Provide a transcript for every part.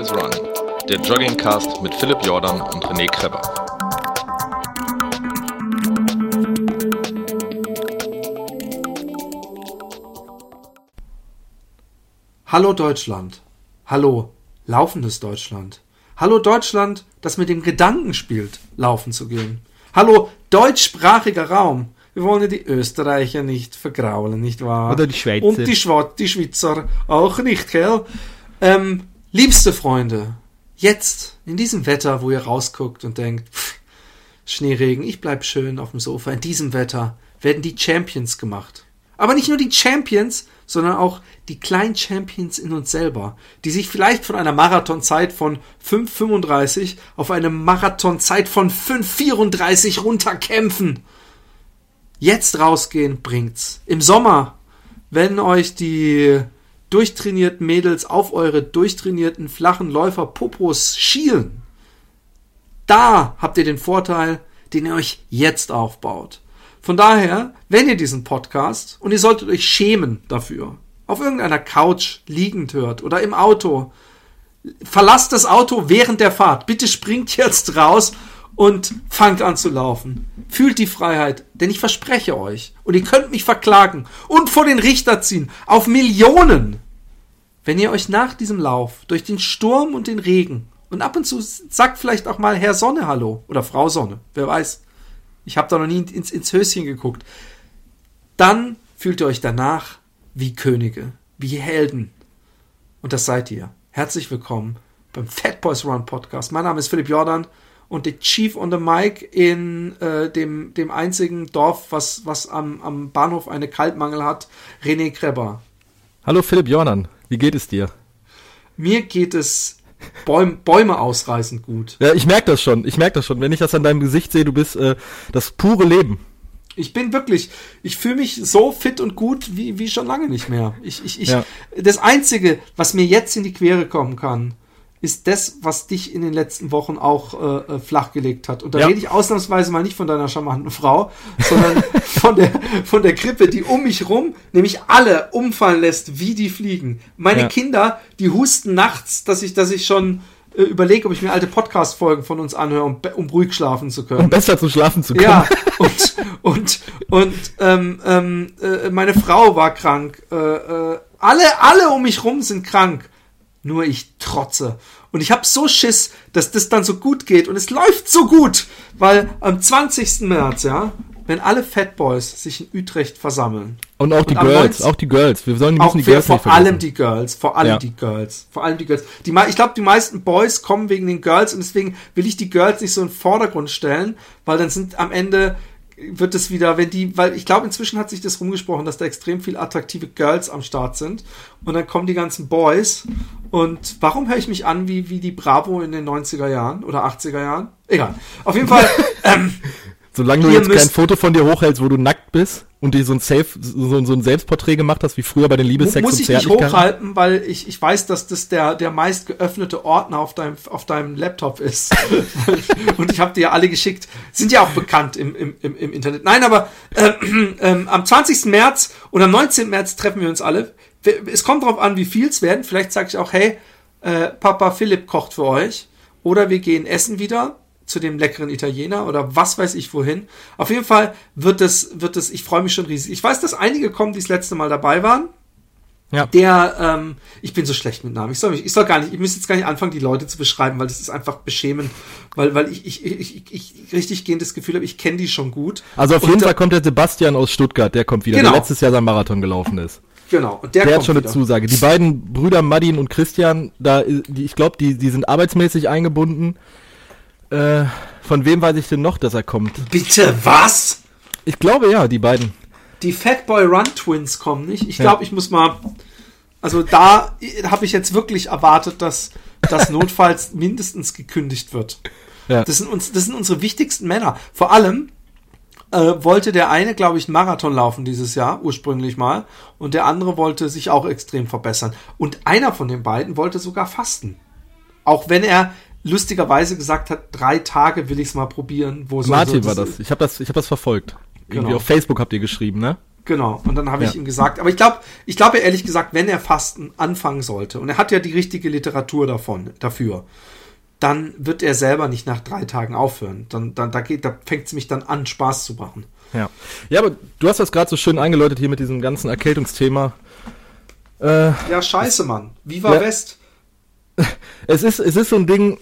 Boys Run, der Joggingcast mit Philipp Jordan und René Kreber. Hallo Deutschland. Hallo laufendes Deutschland. Hallo Deutschland, das mit dem Gedanken spielt, laufen zu gehen. Hallo deutschsprachiger Raum. Wir wollen ja die Österreicher nicht vergraulen, nicht wahr? Oder die Schweizer. Und die Schweizer auch nicht, gell? Liebste Freunde, jetzt, in diesem Wetter, wo ihr rausguckt und denkt, Schneeregen, ich bleib schön auf dem Sofa, in diesem Wetter werden die Champions gemacht. Aber nicht nur die Champions, sondern auch die kleinen Champions in uns selber, die sich vielleicht von einer Marathonzeit von 5,35 auf eine Marathonzeit von 5,34 runterkämpfen. Jetzt rausgehen bringt's. Im Sommer, wenn euch die durchtrainierten Mädels auf eure durchtrainierten flachen Läufer-Popos schielen, da habt ihr den Vorteil, den ihr euch jetzt aufbaut. Von daher, wenn ihr diesen Podcast, und ihr solltet euch schämen dafür, auf irgendeiner Couch liegend hört oder im Auto, verlasst das Auto während der Fahrt. Bitte springt jetzt raus und fangt an zu laufen. Fühlt die Freiheit, denn ich verspreche euch, und ihr könnt mich verklagen und vor den Richter ziehen, auf Millionen, wenn ihr euch nach diesem Lauf durch den Sturm und den Regen und ab und zu sagt vielleicht auch mal Herr Sonne Hallo oder Frau Sonne, wer weiß, ich habe da noch nie ins Höschen geguckt, dann fühlt ihr euch danach wie Könige, wie Helden, und das seid ihr. Herzlich willkommen beim Fat Boys Run Podcast. Mein Name ist Philipp Jordan und der Chief on the Mic in dem einzigen Dorf, was am Bahnhof eine Kaltmangel hat, René Kreber. Hallo Philipp Jordan, wie geht es dir? Mir geht es Bäume ausreißend gut. Ja, ich merke das schon. Wenn ich das an deinem Gesicht sehe, du bist das pure Leben. Ich fühle mich so fit und gut wie schon lange nicht mehr. Ja. Das Einzige, was mir jetzt in die Quere kommen kann, ist das, was dich in den letzten Wochen auch flachgelegt hat. Und da rede ich ausnahmsweise mal nicht von deiner charmanten Frau, sondern von der Grippe, die um mich rum nämlich alle umfallen lässt, wie die Fliegen. Meine Kinder, die husten nachts, dass ich schon überlege, ob ich mir alte Podcast-Folgen von uns anhöre, um ruhig schlafen zu können. Um besser zu schlafen zu können. Ja, und meine Frau war krank. Alle um mich rum sind krank. Nur ich trotze. Und ich habe so Schiss, dass das dann so gut geht. Und es läuft so gut. Weil am 20. März, wenn alle Fat Boys sich in Utrecht versammeln. Und auch die Girls. Wir müssen die Girls nicht vergessen. Vor allem die Girls. Ich glaube, die meisten Boys kommen wegen den Girls. Und deswegen will ich die Girls nicht so in den Vordergrund stellen. Weil dann sind am Ende... wird es wieder, weil ich glaube, inzwischen hat sich das rumgesprochen, dass da extrem viel attraktive Girls am Start sind. Und dann kommen die ganzen Boys. Und warum höre ich mich an wie die Bravo in den 90er Jahren oder 80er Jahren? Egal. Auf jeden Fall. Solange du jetzt kein Foto von dir hochhältst, wo du nackt bist und dir so ein Selbstporträt gemacht hast, wie früher bei den Liebessex und Zärtlichkeiten. Muss ich nicht hochhalten, weil ich weiß, dass das der meist geöffnete Ordner auf deinem Laptop ist. Und ich habe dir ja alle geschickt. Sind ja auch bekannt im Internet. Nein, aber am 20. März und am 19. März treffen wir uns alle. Es kommt drauf an, wie viel es werden. Vielleicht sage ich auch, hey, Papa Philipp kocht für euch. Oder wir gehen essen wieder zu dem leckeren Italiener oder was weiß ich wohin. Auf jeden Fall wird es, ich freue mich schon riesig. Ich weiß, dass einige kommen, die das letzte Mal dabei waren. Ja. Ich bin so schlecht mit Namen. Ich müsste jetzt gar nicht anfangen, die Leute zu beschreiben, weil das ist einfach beschämend, weil ich richtig gehendes Gefühl habe, ich kenne die schon gut. Also auf jeden Fall kommt der Sebastian aus Stuttgart, der kommt wieder, genau. Der letztes Jahr seinen Marathon gelaufen ist. Genau. Und der hat schon eine Zusage. Die beiden Brüder Madin und Christian, ich glaube, die sind arbeitsmäßig eingebunden. Von wem weiß ich denn noch, dass er kommt? Bitte, was? Ich glaube, ja, die beiden. Die Fatboy Run Twins kommen nicht. Ich glaube, ich muss mal... Also da habe ich jetzt wirklich erwartet, dass das notfalls mindestens gekündigt wird. Ja. Das sind unsere wichtigsten Männer. Vor allem wollte der eine, glaube ich, einen Marathon laufen dieses Jahr, ursprünglich mal. Und der andere wollte sich auch extrem verbessern. Und einer von den beiden wollte sogar fasten. Auch wenn er lustigerweise gesagt hat, 3 Tage will ich es mal probieren. Martin war das. Ich hab das verfolgt. Irgendwie auf Facebook habt ihr geschrieben, ne? Genau, und dann habe ich ihm gesagt, aber ich glaube ehrlich gesagt, wenn er Fasten anfangen sollte, und er hat ja die richtige Literatur dafür, dann wird er selber nicht nach 3 Tagen aufhören. Da fängt es mich dann an, Spaß zu machen. Ja, aber du hast das gerade so schön eingeläutet hier mit diesem ganzen Erkältungsthema. Ja, scheiße, Mann. Viva West. Es ist so ein Ding,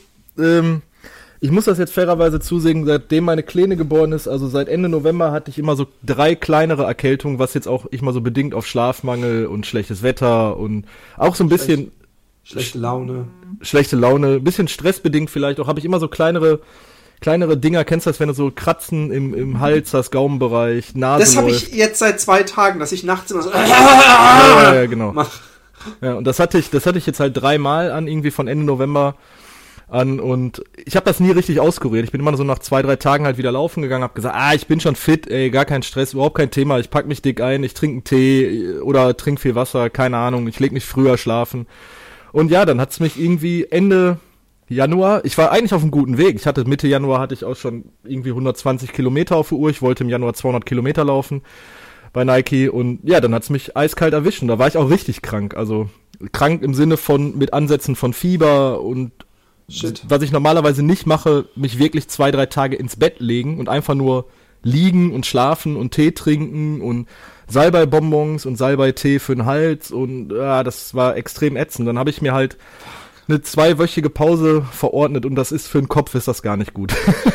ich muss das jetzt fairerweise zusehen, seitdem meine Kleine geboren ist, also seit Ende November hatte ich immer so 3 kleinere Erkältungen, was jetzt auch ich mal so bedingt auf Schlafmangel und schlechtes Wetter und auch so ein bisschen Schlechte Laune, ein bisschen stressbedingt vielleicht auch, habe ich immer so kleinere Dinger, kennst du das, wenn du so Kratzen im Hals hast, Gaumenbereich, Nase das habe ich jetzt seit 2 Tagen, dass ich nachts immer so ja, genau. mach. Ja, und das hatte ich jetzt halt 3-mal an, irgendwie von Ende November an, und ich habe das nie richtig auskuriert. Ich bin immer so nach 2-3 Tagen halt wieder laufen gegangen, habe gesagt, ich bin schon fit, gar kein Stress, überhaupt kein Thema, ich pack mich dick ein, ich trinke einen Tee oder trinke viel Wasser, keine Ahnung, ich leg mich früher schlafen. Und ja, dann hat's mich irgendwie Ende Januar, ich war eigentlich auf einem guten Weg. Mitte Januar hatte ich auch schon irgendwie 120 Kilometer auf der Uhr. Ich wollte im Januar 200 Kilometer laufen bei Nike, und ja, dann hat's mich eiskalt erwischt, und da war ich auch richtig krank. Also krank im Sinne von mit Ansätzen von Fieber und Shit. Was ich normalerweise nicht mache, mich wirklich 2-3 Tage ins Bett legen und einfach nur liegen und schlafen und Tee trinken und Salbei-Bonbons und Salbei-Tee für den Hals, und das war extrem ätzend. Dann habe ich mir halt eine 2-wöchige Pause verordnet, und das ist für den Kopf ist das gar nicht gut.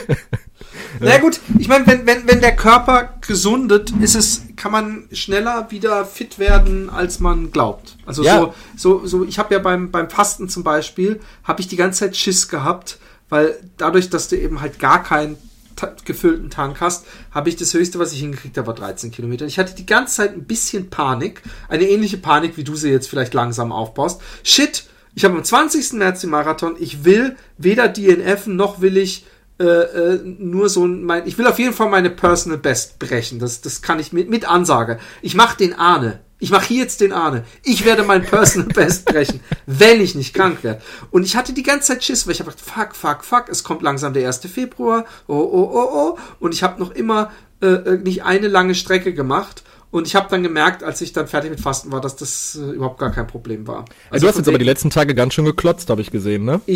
Na gut, ich meine, wenn der Körper gesundet, kann man schneller wieder fit werden, als man glaubt. Also ja. so ich habe ja beim Fasten zum Beispiel, habe ich die ganze Zeit Schiss gehabt, weil dadurch, dass du eben halt gar keinen gefüllten Tank hast, habe ich das Höchste, was ich hingekriegt habe, war 13 Kilometer. Ich hatte die ganze Zeit ein bisschen Panik, eine ähnliche Panik, wie du sie jetzt vielleicht langsam aufbaust. Shit, ich habe am 20. März den Marathon, ich will weder DNFen, noch will ich nur so ich will auf jeden Fall meine Personal Best brechen. Das kann ich mit Ansage. Ich mache hier jetzt den Ahne. Ich werde mein Personal Best brechen, wenn ich nicht krank werde. Und ich hatte die ganze Zeit Schiss, weil ich habe gedacht, fuck, es kommt langsam der 1. Februar. Oh. Und ich habe noch immer nicht eine lange Strecke gemacht. Und ich habe dann gemerkt, als ich dann fertig mit Fasten war, dass das überhaupt gar kein Problem war. Also du hast jetzt aber die letzten Tage ganz schön geklotzt, habe ich gesehen, ne?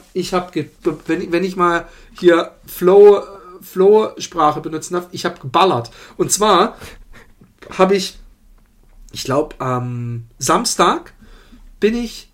Wenn ich mal hier Flow-Sprache benutzen darf, ich habe geballert. Und zwar habe ich glaube, am Samstag bin ich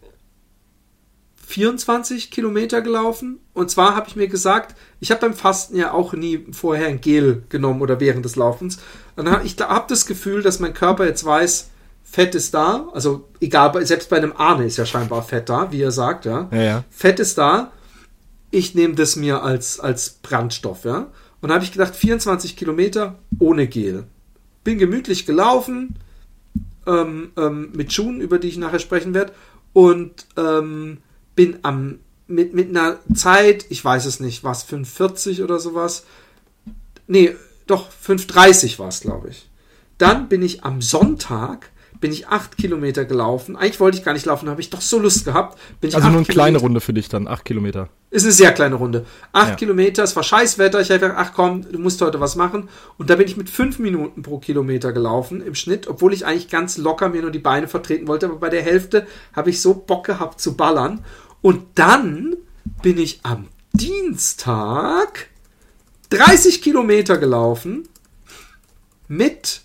24 Kilometer gelaufen. Und zwar habe ich mir gesagt, ich habe beim Fasten ja auch nie vorher ein Gel genommen oder während des Laufens. Ich habe das Gefühl, dass mein Körper jetzt weiß, Fett ist da. Also egal, selbst bei einem Arne ist ja scheinbar Fett da, wie er sagt. Ja. Fett ist da. Ich nehme das mir als Brandstoff. Ja. Und da habe ich gedacht, 24 Kilometer ohne Gel. Bin gemütlich gelaufen, mit Schuhen, über die ich nachher sprechen werde. Und bin mit einer Zeit, ich weiß es nicht, was, 5,40 oder sowas? Nee, doch, 5,30 war es, glaube ich. Dann bin ich am Sonntag, 8 Kilometer gelaufen. Eigentlich wollte ich gar nicht laufen, habe ich doch so Lust gehabt. Also nur eine kleine Runde für dich dann, 8 Kilometer. Ist eine sehr kleine Runde. 8 Kilometer, es war Scheißwetter. Ich habe gedacht, ach komm, du musst heute was machen. Und da bin ich mit 5 Minuten pro Kilometer gelaufen im Schnitt, obwohl ich eigentlich ganz locker mir nur die Beine vertreten wollte. Aber bei der Hälfte habe ich so Bock gehabt zu ballern. Und dann bin ich am Dienstag 30 Kilometer gelaufen mit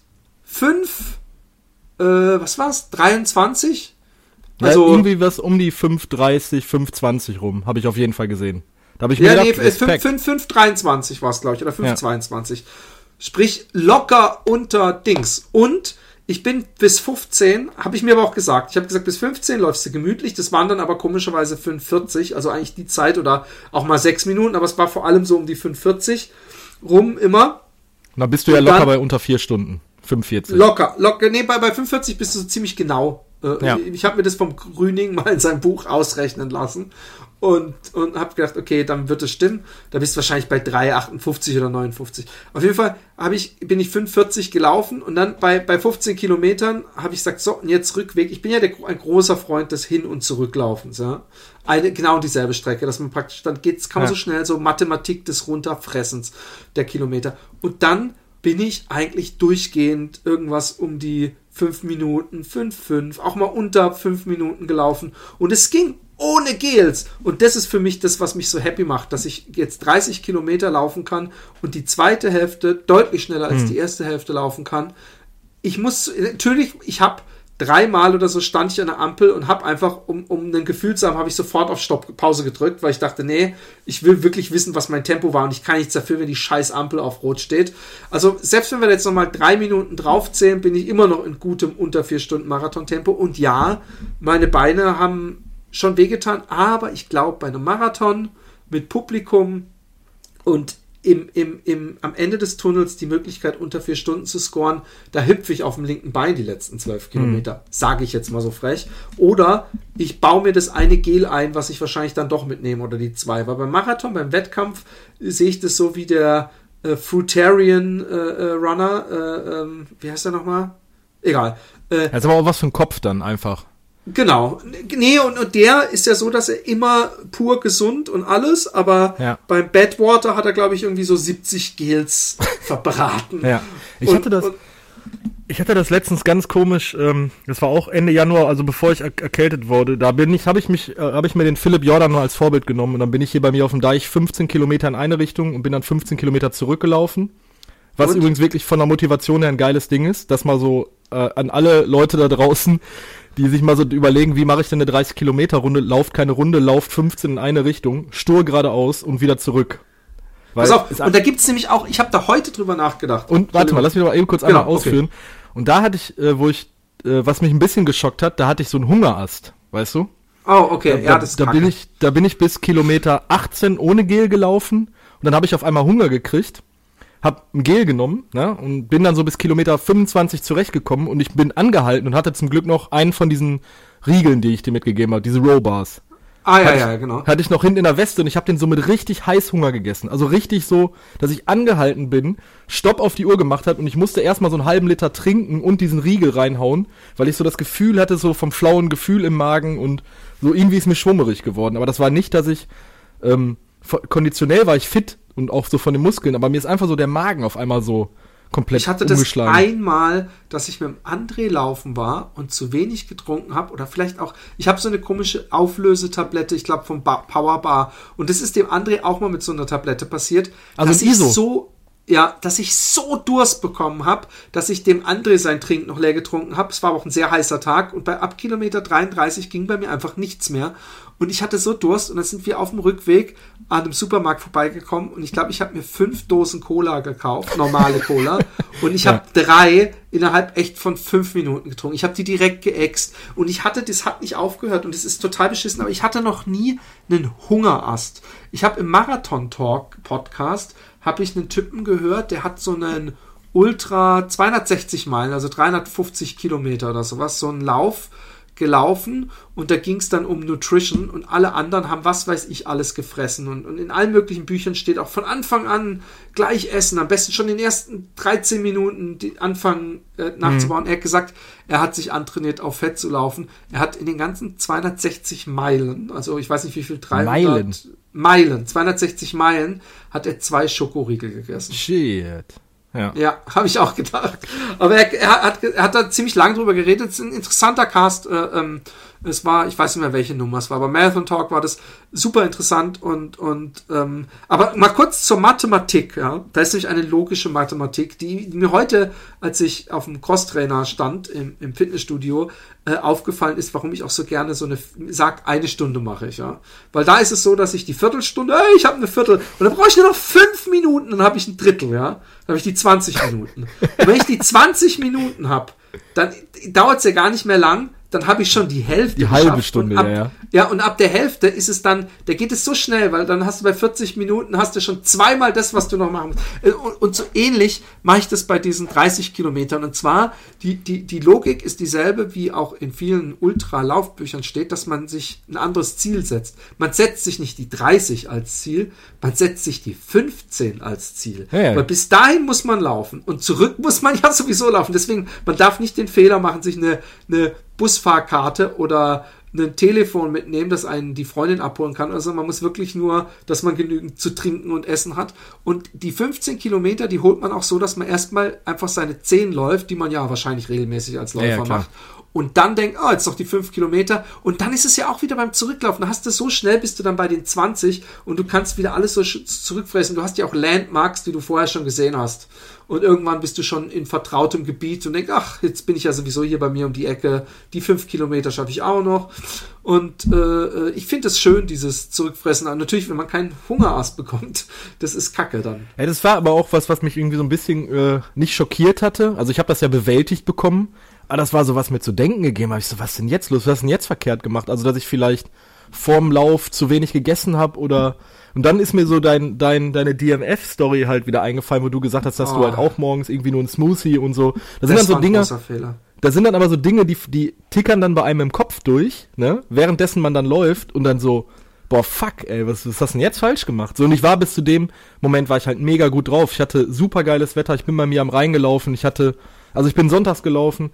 23? Also irgendwie was um die 5,30, 5,20 rum, habe ich auf jeden Fall gesehen. Da habe ich mir gedacht, 5,23 war es, glaube ich, oder 5,22. Ja. Sprich, locker unter Dings. Und ich bin bis 15, habe ich mir aber auch gesagt. Ich habe gesagt, bis 15 läufst du gemütlich. Das waren dann aber komischerweise 5,40, also eigentlich die Zeit oder auch mal 6 Minuten, aber es war vor allem so um die 5,40 rum immer. Na, bist du ja locker bei unter 4 Stunden. 45. Locker. Nee, bei 45 bist du so ziemlich genau. Ich habe mir das vom Grüning mal in seinem Buch ausrechnen lassen und habe gedacht, okay, dann wird es stimmen. Da bist du wahrscheinlich bei 3,58 oder 59. Auf jeden Fall bin ich 45 gelaufen und dann bei 15 Kilometern habe ich gesagt, so, und jetzt Rückweg. Ich bin ja ein großer Freund des Hin- und Zurücklaufens. Ja? Genau dieselbe Strecke, dass man praktisch, dann kann man so schnell so Mathematik des Runterfressens der Kilometer. Und dann bin ich eigentlich durchgehend irgendwas um die 5 Minuten, 5, auch mal unter 5 Minuten gelaufen. Und es ging ohne Gels. Und das ist für mich das, was mich so happy macht, dass ich jetzt 30 Kilometer laufen kann und die zweite Hälfte deutlich schneller als die erste Hälfte laufen kann. Ich habe 3-mal oder so stand ich an der Ampel und habe einfach, um ein Gefühl zu haben, habe ich sofort auf Stopp-Pause gedrückt, weil ich dachte, nee, ich will wirklich wissen, was mein Tempo war und ich kann nichts dafür, wenn die scheiß Ampel auf Rot steht. Also selbst wenn wir jetzt nochmal 3 Minuten draufzählen, bin ich immer noch in gutem unter 4 Stunden Marathon-Tempo und ja, meine Beine haben schon wehgetan, aber ich glaube, bei einem Marathon mit Publikum und am Ende des Tunnels die Möglichkeit, unter 4 Stunden zu scoren, da hüpfe ich auf dem linken Bein die letzten 12 Kilometer, sage ich jetzt mal so frech. Oder ich baue mir das eine Gel ein, was ich wahrscheinlich dann doch mitnehme, oder die 2. Weil beim Marathon, beim Wettkampf, sehe ich das so wie der Fruitarian Runner, wie heißt der nochmal? Egal. Das ist aber auch was für ein Kopf dann einfach. Genau. Nee, und der ist ja so, dass er immer pur gesund und alles, aber beim Badwater hat er, glaube ich, irgendwie so 70 Gels verbraten. Ja. Ich hatte das letztens ganz komisch, das war auch Ende Januar, also bevor ich erkältet wurde, da habe ich mir den Philipp Jordan nur als Vorbild genommen und dann bin ich hier bei mir auf dem Deich 15 Kilometer in eine Richtung und bin dann 15 Kilometer zurückgelaufen. Was übrigens wirklich von der Motivation her ein geiles Ding ist, dass mal so an alle Leute da draußen, die sich mal so überlegen, wie mache ich denn eine 30-Kilometer-Runde, lauft keine Runde, lauft 15 in eine Richtung, stur geradeaus und wieder zurück. Pass auf, und da gibt's nämlich auch, ich habe da heute drüber nachgedacht. Und warte mal, lass mich doch mal eben kurz einmal ausführen. Okay. Und da hatte ich, was mich ein bisschen geschockt hat, da hatte ich so einen Hungerast, weißt du? Oh, okay, das ist kacke. Da bin ich bis Kilometer 18 ohne Gel gelaufen und dann habe ich auf einmal Hunger gekriegt. Hab ein Gel genommen, ne, und bin dann so bis Kilometer 25 zurechtgekommen und ich bin angehalten und hatte zum Glück noch einen von diesen Riegeln, die ich dir mitgegeben habe, diese Row-Bars. Genau. Hatte ich noch hinten in der Weste und ich habe den so mit richtig Heißhunger gegessen. Also richtig so, dass ich angehalten bin, Stopp auf die Uhr gemacht hat und ich musste erstmal so einen halben Liter trinken und diesen Riegel reinhauen, weil ich so das Gefühl hatte, so vom flauen Gefühl im Magen und so irgendwie ist mir schwummerig geworden. Aber das war nicht, dass ich, konditionell war ich fit und auch so von den Muskeln, aber mir ist einfach so der Magen auf einmal so komplett umgeschlagen. Ich hatte das einmal, dass ich mit dem André laufen war und zu wenig getrunken habe oder vielleicht auch, ich habe so eine komische Auflösetablette, ich glaube vom Powerbar und das ist dem André auch mal mit so einer Tablette passiert, also dass ich so Durst bekommen habe, dass ich dem André sein Trink noch leer getrunken habe. Es war aber auch ein sehr heißer Tag und ab Kilometer 33 ging bei mir einfach nichts mehr. Und ich hatte so Durst und dann sind wir auf dem Rückweg an einem Supermarkt vorbeigekommen und ich glaube, ich habe mir 5 Dosen Cola gekauft, normale Cola, und ich habe 3 innerhalb echt von 5 Minuten getrunken. Ich habe die direkt geäxt und das hat nicht aufgehört und es ist total beschissen, aber ich hatte noch nie einen Hungerast. Ich habe im Marathon-Talk-Podcast habe ich einen Typen gehört, der hat so einen Ultra 260 Meilen, also 350 Kilometer oder sowas, so einen Lauf gelaufen und da ging es dann um Nutrition und alle anderen haben was weiß ich alles gefressen und in allen möglichen Büchern steht auch von Anfang an gleich essen, am besten schon in den ersten 13 Minuten anfangen nachzubauen. Er hat gesagt, er hat sich antrainiert auf Fett zu laufen. Er hat in den ganzen 260 Meilen, also ich weiß nicht wie viel, 260 Meilen hat er 2 Schokoriegel gegessen. Shit. Ja, habe ich auch gedacht. Aber er hat da ziemlich lang drüber geredet. Es ist ein interessanter Cast. Es war, ich weiß nicht mehr, welche Nummer es war, aber Marathon Talk war das super interessant aber mal kurz zur Mathematik, ja. Da ist nämlich eine logische Mathematik, die mir heute, als ich auf dem Crosstrainer stand, im Fitnessstudio, aufgefallen ist, warum ich auch so gerne so eine Stunde mache ich, ja. Weil da ist es so, dass ich die Viertelstunde, ich habe eine Viertel, und dann brauche ich nur noch 5 Minuten, dann habe ich ein Drittel, ja. Dann habe ich die 20 Minuten. Und wenn ich die 20 Minuten habe, dann dauert es ja gar nicht mehr lang, dann habe ich schon die Hälfte geschafft. Die halbe Stunde, und ab der Hälfte ist es dann, da geht es so schnell, weil dann hast du bei 40 Minuten hast du schon zweimal das, was du noch machen musst. Und so ähnlich mache ich das bei diesen 30 Kilometern. Und zwar, die Logik ist dieselbe, wie auch in vielen Ultra-Laufbüchern steht, dass man sich ein anderes Ziel setzt. Man setzt sich nicht die 30 als Ziel, man setzt sich die 15 als Ziel. Ja. Weil bis dahin muss man laufen und zurück muss man ja sowieso laufen. Deswegen, man darf nicht den Fehler machen, sich eine Busfahrkarte oder ein Telefon mitnehmen, das einen die Freundin abholen kann. Also man muss wirklich nur, dass man genügend zu trinken und essen hat. Und die 15 Kilometer, die holt man auch so, dass man erstmal einfach seine 10 läuft, die man ja wahrscheinlich regelmäßig als Läufer macht. Und dann denkt, jetzt noch die 5 Kilometer. Und dann ist es ja auch wieder beim Zurücklaufen. Da hast du so schnell, bist du dann bei den 20 und du kannst wieder alles so zurückfressen. Du hast ja auch Landmarks, die du vorher schon gesehen hast. Und irgendwann bist du schon in vertrautem Gebiet und denkst, jetzt bin ich ja sowieso hier bei mir um die Ecke. Die 5 Kilometer schaffe ich auch noch. Und ich finde es schön, dieses Zurückfressen. Aber natürlich, wenn man keinen Hungerast bekommt, das ist Kacke dann. Ja, das war aber auch was mich irgendwie so ein bisschen nicht schockiert hatte. Also ich habe das ja bewältigt bekommen. Aber das war so, was mir zu denken gegeben hat. Ich so, was ist denn jetzt los? Was ist denn jetzt verkehrt gemacht? Also, dass ich vielleicht vorm Lauf zu wenig gegessen habe oder... Und dann ist mir so deine DMF-Story halt wieder eingefallen, wo du gesagt hast, dass du halt auch morgens irgendwie nur ein Smoothie und so. Das sind dann so Dinge... Das sind dann aber so Dinge, die tickern dann bei einem im Kopf durch, ne? Währenddessen man dann läuft und dann so, boah, fuck, ey, was hast du denn jetzt falsch gemacht? So, und ich war bis zu dem Moment, war ich halt mega gut drauf. Ich hatte super geiles Wetter, ich bin bei mir am Rhein gelaufen, ich bin sonntags gelaufen,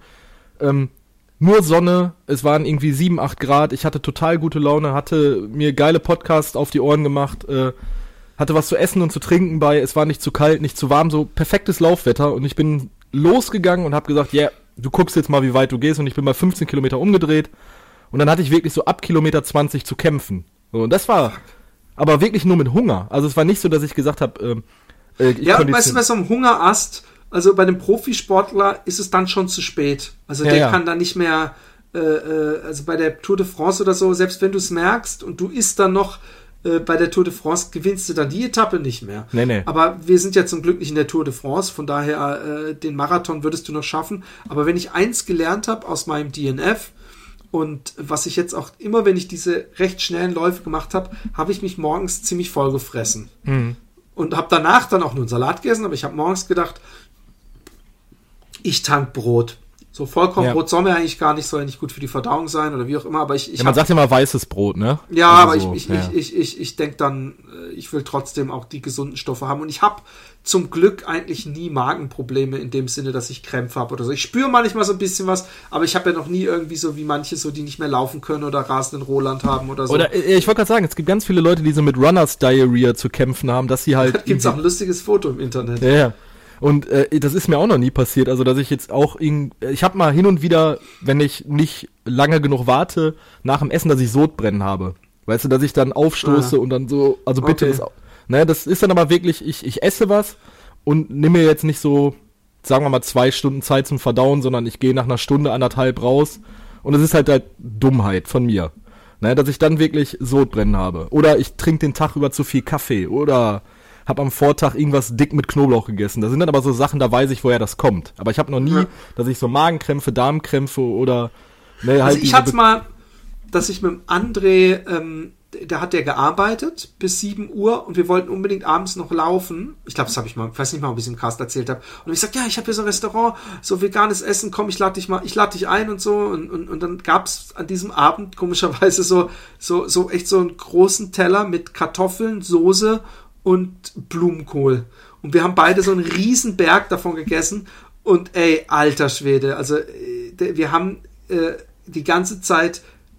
nur Sonne, es waren irgendwie 7, 8 Grad, ich hatte total gute Laune, hatte mir geile Podcasts auf die Ohren gemacht, hatte was zu essen und zu trinken bei, es war nicht zu kalt, nicht zu warm, so perfektes Laufwetter und ich bin losgegangen und habe gesagt, du guckst jetzt mal, wie weit du gehst und ich bin bei 15 Kilometer umgedreht und dann hatte ich wirklich so ab Kilometer 20 zu kämpfen. So, und das war aber wirklich nur mit Hunger, also es war nicht so, dass ich gesagt habe, weißt du, bei so einem Hungerast, also bei dem Profisportler ist es dann schon zu spät. Also der kann dann nicht mehr, also bei der Tour de France oder so, selbst wenn du es merkst und du isst dann noch, bei der Tour de France gewinnst du dann die Etappe nicht mehr. Nee. Aber wir sind ja zum Glück nicht in der Tour de France, von daher den Marathon würdest du noch schaffen. Aber wenn ich eins gelernt habe aus meinem DNF und was ich jetzt auch immer, wenn ich diese recht schnellen Läufe gemacht habe, habe ich mich morgens ziemlich voll gefressen. Mhm. Und habe danach dann auch nur einen Salat gegessen, aber ich habe morgens gedacht, ich tank Brot. So Vollkornbrot soll mir eigentlich gar nicht, soll ja nicht gut für die Verdauung sein oder wie auch immer, aber man sagt ja mal weißes Brot, ne? Ja, also aber so, ich denke dann, ich will trotzdem auch die gesunden Stoffe haben und ich habe zum Glück eigentlich nie Magenprobleme in dem Sinne, dass ich Krämpfe habe oder so. Ich spüre manchmal so ein bisschen was, aber ich habe ja noch nie irgendwie so wie manche so, die nicht mehr laufen können oder rasenden Roland haben oder so. Oder ich wollte gerade sagen, es gibt ganz viele Leute, die so mit Runners Diarrhea zu kämpfen haben, dass sie halt... Da gibt's auch ein lustiges Foto im Internet. Ja. Und das ist mir auch noch nie passiert, also dass ich jetzt auch ich habe mal hin und wieder, wenn ich nicht lange genug warte, nach dem Essen, dass ich Sodbrennen habe. Weißt du, dass ich dann aufstoße und dann so, also bitte, das ist dann aber wirklich, ich esse was und nehme mir jetzt nicht so, sagen wir mal 2 Stunden Zeit zum Verdauen, sondern ich gehe nach einer Stunde, 1,5 raus und es ist halt Dummheit von mir, ne, dass ich dann wirklich Sodbrennen habe. Oder ich trinke den Tag über zu viel Kaffee oder hab am Vortag irgendwas dick mit Knoblauch gegessen. Das sind dann aber so Sachen, da weiß ich, woher das kommt. Aber ich habe noch nie, dass ich so Magenkrämpfe, Darmkrämpfe oder... Ne, halt also ich hatte mal, dass ich mit dem André, da hat der gearbeitet bis 7 Uhr und wir wollten unbedingt abends noch laufen. Ich glaube, das habe ich mal, ich weiß nicht mal, ob ich es im Cast erzählt habe. Und ich sag, ich habe hier so ein Restaurant, so veganes Essen, komm, ich lade dich ein und so. Und dann gab's an diesem Abend komischerweise so echt so einen großen Teller mit Kartoffeln, Soße und Blumenkohl. Und wir haben beide so einen riesen Berg davon gegessen. Und alter Schwede, also wir haben die ganze Zeit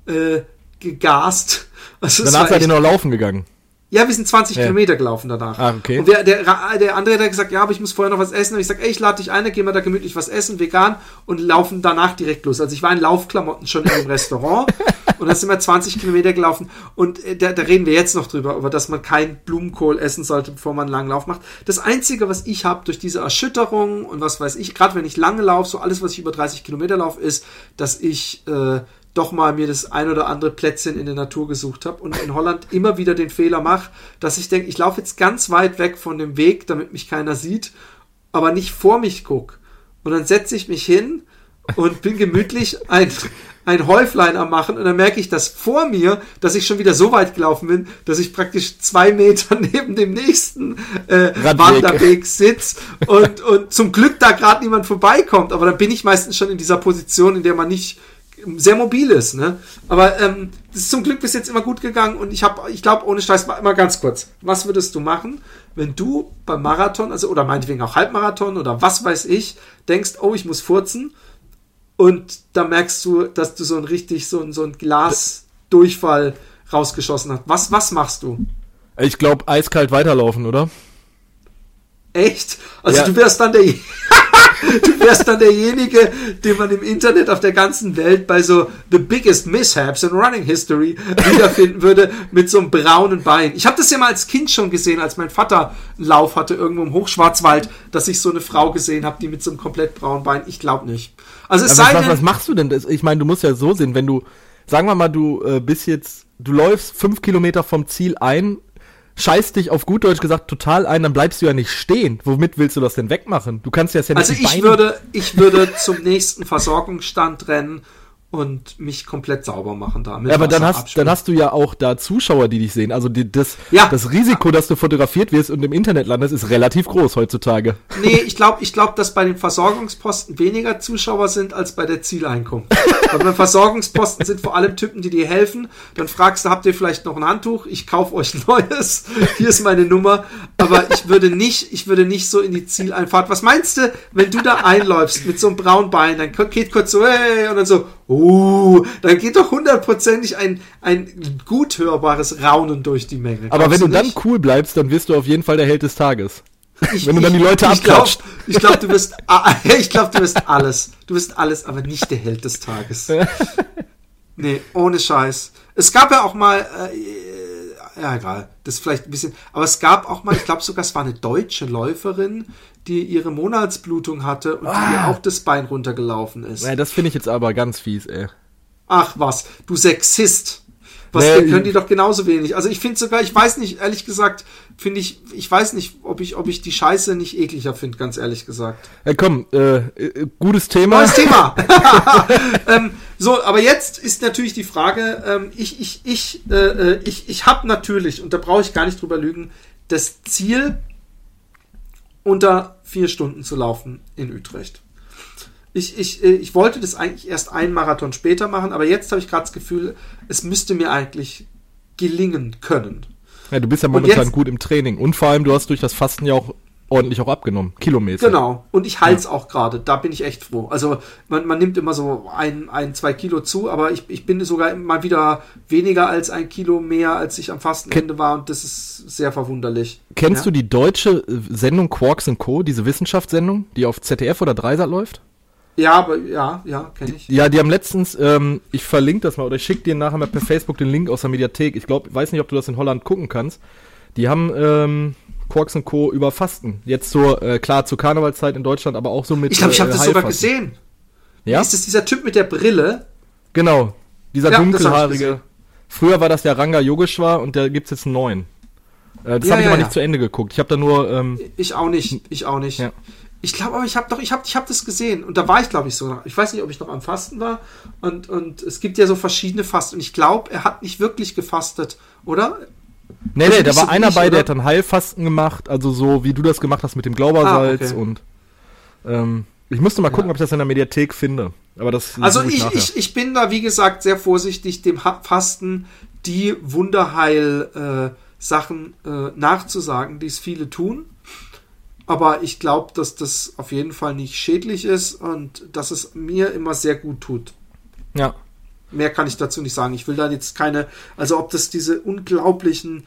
gegast. Also danach seid ihr noch laufen gegangen? Ja, wir sind 20 Kilometer gelaufen danach. Ah, okay. Und der andere hat gesagt, aber ich muss vorher noch was essen. Und ich sag, ich lade dich ein, dann gehen wir da gemütlich was essen, vegan, und laufen danach direkt los. Also ich war in Laufklamotten schon im Restaurant und dann sind wir 20 Kilometer gelaufen. Und da reden wir jetzt noch drüber, aber dass man kein Blumenkohl essen sollte, bevor man einen langen Lauf macht. Das Einzige, was ich habe durch diese Erschütterung und was weiß ich, gerade wenn ich lange laufe, so alles, was ich über 30 Kilometer laufe, ist, dass ich doch mal mir das ein oder andere Plätzchen in der Natur gesucht habe und in Holland immer wieder den Fehler mache, dass ich denke, ich laufe jetzt ganz weit weg von dem Weg, damit mich keiner sieht, aber nicht vor mich gucke. Und dann setze ich mich hin und bin gemütlich ein Häuflein am Machen und dann merke ich, dass vor mir, dass ich schon wieder so weit gelaufen bin, dass ich praktisch 2 Meter neben dem nächsten Wanderweg sitze und zum Glück da gerade niemand vorbeikommt, aber dann bin ich meistens schon in dieser Position, in der man nicht sehr mobil ist, ne? Aber das ist zum Glück bis jetzt immer gut gegangen und ich glaube, ohne Scheiß, mal ganz kurz, was würdest du machen, wenn du beim Marathon, also oder meinetwegen auch Halbmarathon oder was weiß ich, denkst, ich muss furzen, und da merkst du, dass du so ein Glasdurchfall rausgeschossen hast. Was machst du? Ich glaube, eiskalt weiterlaufen, oder? Echt? Also Ja. du wärst dann derjenige, den man im Internet auf der ganzen Welt bei so The Biggest Mishaps in Running History wiederfinden würde, mit so einem braunen Bein. Ich habe das ja mal als Kind schon gesehen, als mein Vater einen Lauf hatte, irgendwo im Hochschwarzwald, dass ich so eine Frau gesehen habe, die mit so einem komplett braunen Bein. Ich glaube nicht. Also es sei denn... Was machst du denn? Ich meine, du musst ja so sehen, wenn du, sagen wir mal, du du läufst 5 Kilometer vom Ziel ein, scheißt dich auf gut Deutsch gesagt total ein, dann bleibst du ja nicht stehen. Womit willst du das denn wegmachen? Du kannst ja nicht Also die ich würde zum nächsten Versorgungsstand rennen und mich komplett sauber machen da. Ja, aber dann hast du ja auch da Zuschauer, die dich sehen. Also das Risiko, dass du fotografiert wirst und im Internet landest, ist relativ groß heutzutage. Nee, ich glaube, dass bei den Versorgungsposten weniger Zuschauer sind als bei der Zieleinkunft. Weil bei Versorgungsposten sind vor allem Typen, die dir helfen. Dann fragst du, habt ihr vielleicht noch ein Handtuch? Ich kaufe euch ein neues. Hier ist meine Nummer. Aber ich würde nicht so in die Zieleinfahrt. Was meinst du, wenn du da einläufst mit so einem braunen Bein, dann geht kurz so, hey, und dann so, dann geht doch hundertprozentig ein gut hörbares Raunen durch die Menge. Aber wenn du dann nicht? cool bleibst, dann wirst du auf jeden Fall der Held des Tages. Wenn du dann die Leute abklatscht. Ich glaube, du wirst alles. Du wirst alles, aber nicht der Held des Tages. Nee, ohne Scheiß. Es gab ja auch mal, ja egal, das ist vielleicht ein bisschen, aber es gab auch mal, ich glaube sogar, es war eine deutsche Läuferin, die ihre Monatsblutung hatte und die ihr auch das Bein runtergelaufen ist. Ja, das finde ich jetzt aber ganz fies, ey. Ach was, du Sexist. Können die doch genauso wenig. Also ich finde sogar, ich weiß nicht, ehrlich gesagt, ich weiß nicht, ob ich die Scheiße nicht ekliger finde, ganz ehrlich gesagt. Ja, komm, gutes Thema. Neues Thema. So, aber jetzt ist natürlich die Frage, ich habe natürlich, und da brauche ich gar nicht drüber lügen, das Ziel, unter 4 Stunden zu laufen in Utrecht. Ich wollte das eigentlich erst einen Marathon später machen, aber jetzt habe ich gerade das Gefühl, es müsste mir eigentlich gelingen können. Ja, du bist ja momentan gut im Training und vor allem, du hast durch das Fasten ja auch ordentlich auch abgenommen, kilomäßig. Genau, und ich halte es auch gerade, da bin ich echt froh. Also man nimmt immer so 2 Kilo zu, aber ich bin sogar mal wieder weniger als 1 Kilo mehr, als ich am Fastenende war und das ist sehr verwunderlich. Kennst du die deutsche Sendung Quarks & Co., diese Wissenschaftssendung, die auf ZDF oder Dreisat läuft? Ja, aber ja, kenne ich. Ja, die haben letztens, ich verlinke das mal, oder ich schicke dir nachher mal per Facebook den Link aus der Mediathek. Ich weiß nicht, ob du das in Holland gucken kannst. Die haben Quarks & Co. über Fasten. Jetzt so, klar, zur Karnevalszeit in Deutschland, aber auch so mit Ich glaube, ich habe das sogar gesehen. Ja? Ist das dieser Typ mit der Brille? Genau, dieser Ja, dunkelhaarige. Früher war das ja Ranga Yogeshwar und da gibt's jetzt einen neuen. Das habe ich aber nicht zu Ende geguckt. Ich habe da nur... Ich auch nicht. Ja. Ich glaube aber, ich habe das gesehen. Und da war ich, glaube ich, so. Ich weiß nicht, ob ich noch am Fasten war. Und es gibt ja so verschiedene Fasten. Und ich glaube, er hat nicht wirklich gefastet, oder? Nee, da war einer bei, der hat dann Heilfasten gemacht. Also so, wie du das gemacht hast mit dem Glaubersalz. Okay. Und ich musste mal gucken, ob ich das in der Mediathek finde. Aber das also ich bin da, wie gesagt, sehr vorsichtig, dem Fasten die Wunderheil-Sachen nachzusagen, die es viele tun. Aber ich glaube, dass das auf jeden Fall nicht schädlich ist und dass es mir immer sehr gut tut. Ja. Mehr kann ich dazu nicht sagen. Ich will da jetzt keine, also ob das diese unglaublichen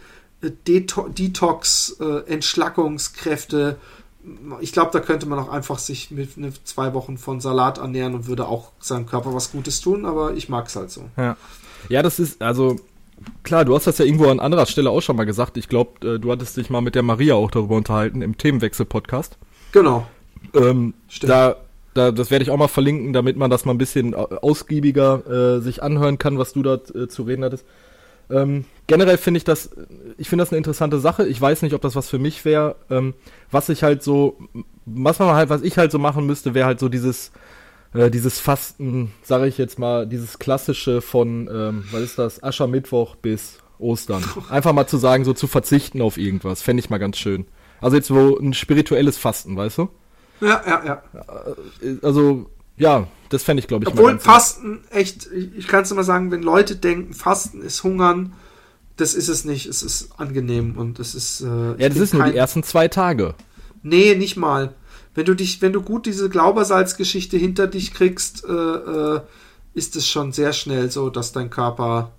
Entschlackungskräfte, ich glaube, da könnte man auch einfach sich mit 2 Wochen von Salat ernähren und würde auch seinem Körper was Gutes tun, aber ich mag es halt so. Ja, das ist, also klar, du hast das ja irgendwo an anderer Stelle auch schon mal gesagt. Ich glaube, du hattest dich mal mit der Maria auch darüber unterhalten im Themenwechsel-Podcast. Genau. Stimmt. Das werde ich auch mal verlinken, damit man das mal ein bisschen ausgiebiger sich anhören kann, was du da zu reden hattest. Generell finde ich das eine interessante Sache. Ich weiß nicht, ob das was für mich wäre. Was ich halt so machen müsste, wäre halt so dieses Fasten, sage ich jetzt mal, dieses klassische von, was ist das, Aschermittwoch bis Ostern. Einfach mal zu sagen, so zu verzichten auf irgendwas, fände ich mal ganz schön. Also jetzt so ein spirituelles Fasten, weißt du? Ja. Also, ja, das fände ich, glaube ich, obwohl Fasten echt, ich kann es immer sagen, wenn Leute denken, Fasten ist Hungern, das ist es nicht. Es ist angenehm und es ist... das ist nur die ersten 2 Tage. Nee, nicht mal. wenn du gut diese Glaubersalzgeschichte hinter dich kriegst, ist es schon sehr schnell so, dass dein Körper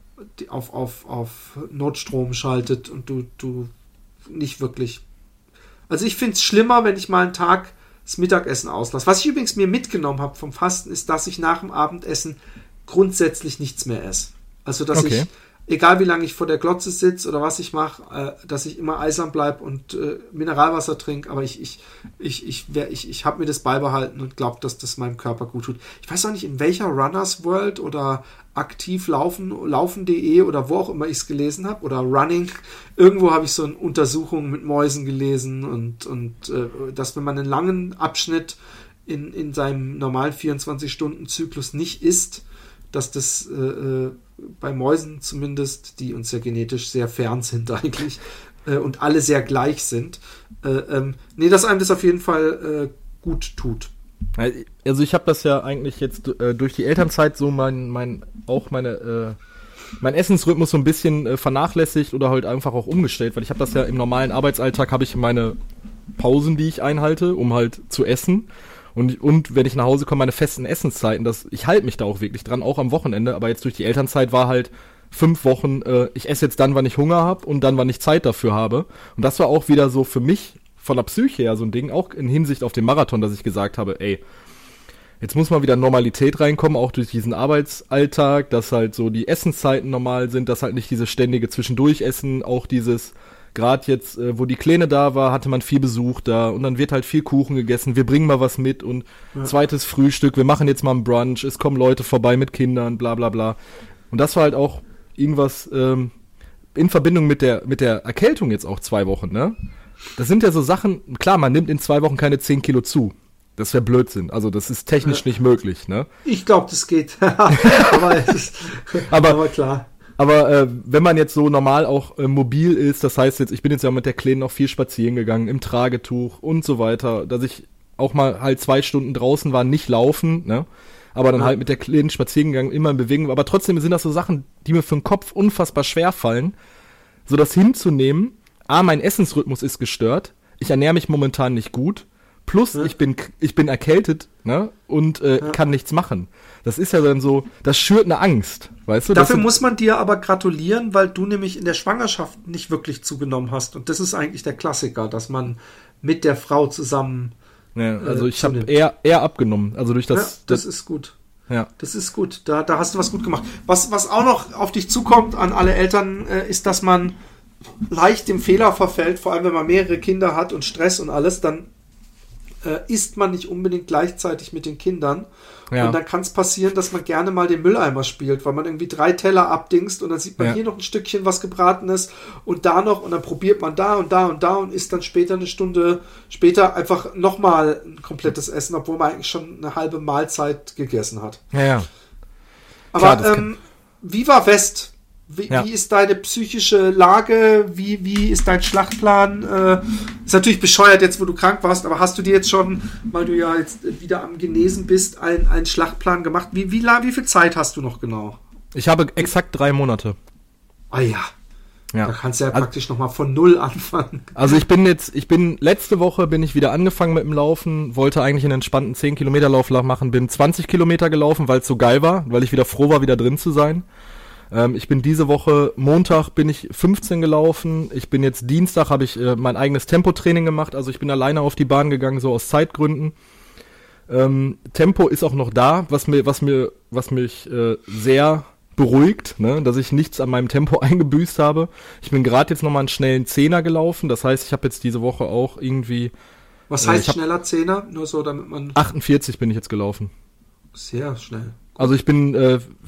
auf Notstrom schaltet und du nicht wirklich. Also ich finde es schlimmer, wenn ich mal einen Tag das Mittagessen auslasse. Was ich übrigens mir mitgenommen habe vom Fasten, ist, dass ich nach dem Abendessen grundsätzlich nichts mehr esse. Also dass ich, egal wie lange ich vor der Glotze sitze oder was ich mache, dass ich immer eisern bleibe und Mineralwasser trinke, aber ich habe mir das beibehalten und glaube, dass das meinem Körper gut tut. Ich weiß auch nicht, in welcher Runners World oder aktiv laufen.de oder wo auch immer ich es gelesen habe oder Running, irgendwo habe ich so eine Untersuchung mit Mäusen gelesen und dass wenn man einen langen Abschnitt in seinem normalen 24-Stunden-Zyklus nicht isst, dass das bei Mäusen zumindest, die uns ja genetisch sehr fern sind eigentlich und alle sehr gleich sind, dass einem das auf jeden Fall gut tut. Also ich habe das ja eigentlich jetzt durch die Elternzeit so mein Essensrhythmus so ein bisschen vernachlässigt oder halt einfach auch umgestellt, weil ich habe das ja im normalen Arbeitsalltag, habe ich meine Pausen, die ich einhalte, um halt zu essen. Und wenn ich nach Hause komme, meine festen Essenszeiten, ich halte mich da auch wirklich dran, auch am Wochenende, aber jetzt durch die Elternzeit war halt 5 Wochen, ich esse jetzt dann, wann ich Hunger habe und dann, wann ich Zeit dafür habe. Und das war auch wieder so für mich von der Psyche her so ein Ding, auch in Hinsicht auf den Marathon, dass ich gesagt habe, ey, jetzt muss mal wieder Normalität reinkommen, auch durch diesen Arbeitsalltag, dass halt so die Essenszeiten normal sind, dass halt nicht dieses ständige Zwischendurchessen, auch dieses, gerade jetzt, wo die Kleine da war, hatte man viel Besuch da und dann wird halt viel Kuchen gegessen, wir bringen mal was mit und zweites Frühstück, wir machen jetzt mal einen Brunch, es kommen Leute vorbei mit Kindern, bla bla bla. Und das war halt auch irgendwas in Verbindung mit der Erkältung jetzt auch 2 Wochen, ne? Das sind ja so Sachen, klar, man nimmt in 2 Wochen keine 10 Kilo zu. Das wäre Blödsinn. Also das ist technisch nicht möglich, ne? Ich glaube, das geht. aber klar. Aber wenn man jetzt so normal auch mobil ist, das heißt jetzt, ich bin jetzt ja mit der Kleinen auch viel spazieren gegangen, im Tragetuch und so weiter, dass ich auch mal halt 2 Stunden draußen war, nicht laufen, ne? Aber dann halt mit der Kleinen spazieren gegangen, immer in Bewegung. Aber trotzdem sind das so Sachen, die mir für den Kopf unfassbar schwer fallen, so das hinzunehmen. Mein Essensrhythmus ist gestört, ich ernähre mich momentan nicht gut, plus ich bin erkältet, ne, und kann nichts machen. Das ist ja dann so, das schürt eine Angst, weißt du? Dafür muss man dir aber gratulieren, weil du nämlich in der Schwangerschaft nicht wirklich zugenommen hast. Und das ist eigentlich der Klassiker, dass man mit der Frau zusammen also ich habe eher abgenommen. Also durch das... Ja, das ist gut. Ja. Das ist gut. Da hast du was gut gemacht. Was auch noch auf dich zukommt an alle Eltern, ist, dass man leicht dem Fehler verfällt, vor allem wenn man mehrere Kinder hat und Stress und alles, dann isst man nicht unbedingt gleichzeitig mit den Kindern. Ja. Und dann kann es passieren, dass man gerne mal den Mülleimer spielt, weil man irgendwie 3 Teller abdingst und dann sieht man hier noch ein Stückchen, was gebraten ist und da noch und dann probiert man da und da und da und isst dann später eine Stunde später einfach nochmal ein komplettes Essen, obwohl man eigentlich schon eine halbe Mahlzeit gegessen hat. Ja. Aber klar, Viva West, wie ist deine psychische Lage? Wie ist dein Schlachtplan? Ist natürlich bescheuert jetzt, wo du krank warst, aber hast du dir jetzt schon, weil du ja jetzt wieder am Genesen bist, einen Schlachtplan gemacht? Wie viel Zeit hast du noch genau? Ich habe exakt 3 Monate. Ah ja. Da kannst du ja praktisch nochmal von Null anfangen. Also letzte Woche bin ich wieder angefangen mit dem Laufen, wollte eigentlich einen entspannten 10-Kilometer-Lauf machen, bin 20 Kilometer gelaufen, weil es so geil war, weil ich wieder froh war, wieder drin zu sein. Ich bin diese Woche, Montag bin ich 15 gelaufen, ich bin jetzt Dienstag, habe ich mein eigenes Tempotraining gemacht, also ich bin alleine auf die Bahn gegangen, so aus Zeitgründen. Tempo ist auch noch da, was mich sehr beruhigt, ne, dass ich nichts an meinem Tempo eingebüßt habe. Ich bin gerade jetzt nochmal einen schnellen 10er gelaufen, das heißt, ich habe jetzt diese Woche auch irgendwie... Was heißt schneller 10er? Nur so, damit man... 48 bin ich jetzt gelaufen. Sehr schnell. Also ich bin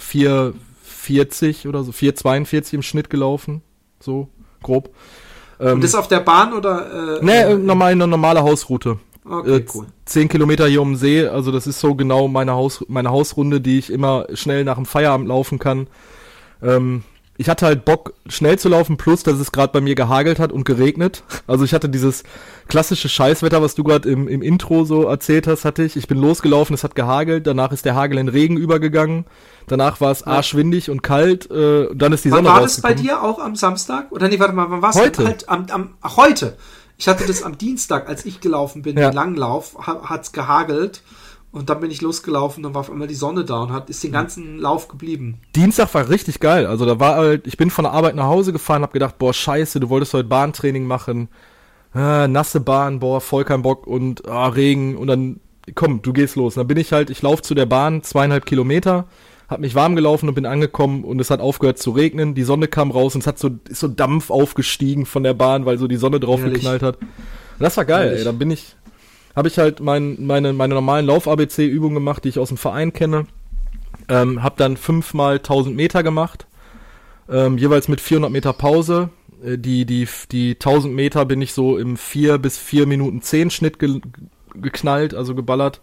4,40 oder so, 4,42 im Schnitt gelaufen, so grob. Und das auf der Bahn oder? Eine normale Hausroute. Okay, cool. 10 Kilometer hier um den See, also das ist so genau meine Hausrunde, die ich immer schnell nach dem Feierabend laufen kann. Ich hatte halt Bock, schnell zu laufen, plus, dass es gerade bei mir gehagelt hat und geregnet. Also ich hatte dieses klassische Scheißwetter, was du gerade im Intro so erzählt hast, hatte ich. Ich bin losgelaufen, es hat gehagelt, danach ist der Hagel in Regen übergegangen. Danach war es arschwindig und kalt, dann ist die Sonne rausgekommen. War das bei dir auch am Samstag? Oder nee, warte mal, wann war es? Heute. Heute. Ich hatte das am Dienstag, als ich gelaufen bin, den Langlauf, hat's gehagelt. Und dann bin ich losgelaufen, dann war auf einmal die Sonne da und ist den ganzen Lauf geblieben. Dienstag war richtig geil. Also da war halt, ich bin von der Arbeit nach Hause gefahren, hab gedacht, boah, scheiße, du wolltest heute Bahntraining machen. Nasse Bahn, boah, voll kein Bock und Regen. Und dann, komm, du gehst los. Und dann bin ich laufe zu der Bahn, 2,5 Kilometer, hab mich warm gelaufen und bin angekommen und es hat aufgehört zu regnen. Die Sonne kam raus und es ist so Dampf aufgestiegen von der Bahn, weil so die Sonne drauf geknallt hat. Und das war geil, ey. Dann habe ich halt meine normalen Lauf-ABC-Übungen gemacht, die ich aus dem Verein kenne. Habe dann 5 mal 1000 Meter gemacht, jeweils mit 400 Meter Pause. Die 1000 Meter bin ich so im 4 bis 4 Minuten 10 Schnitt geknallt, also geballert.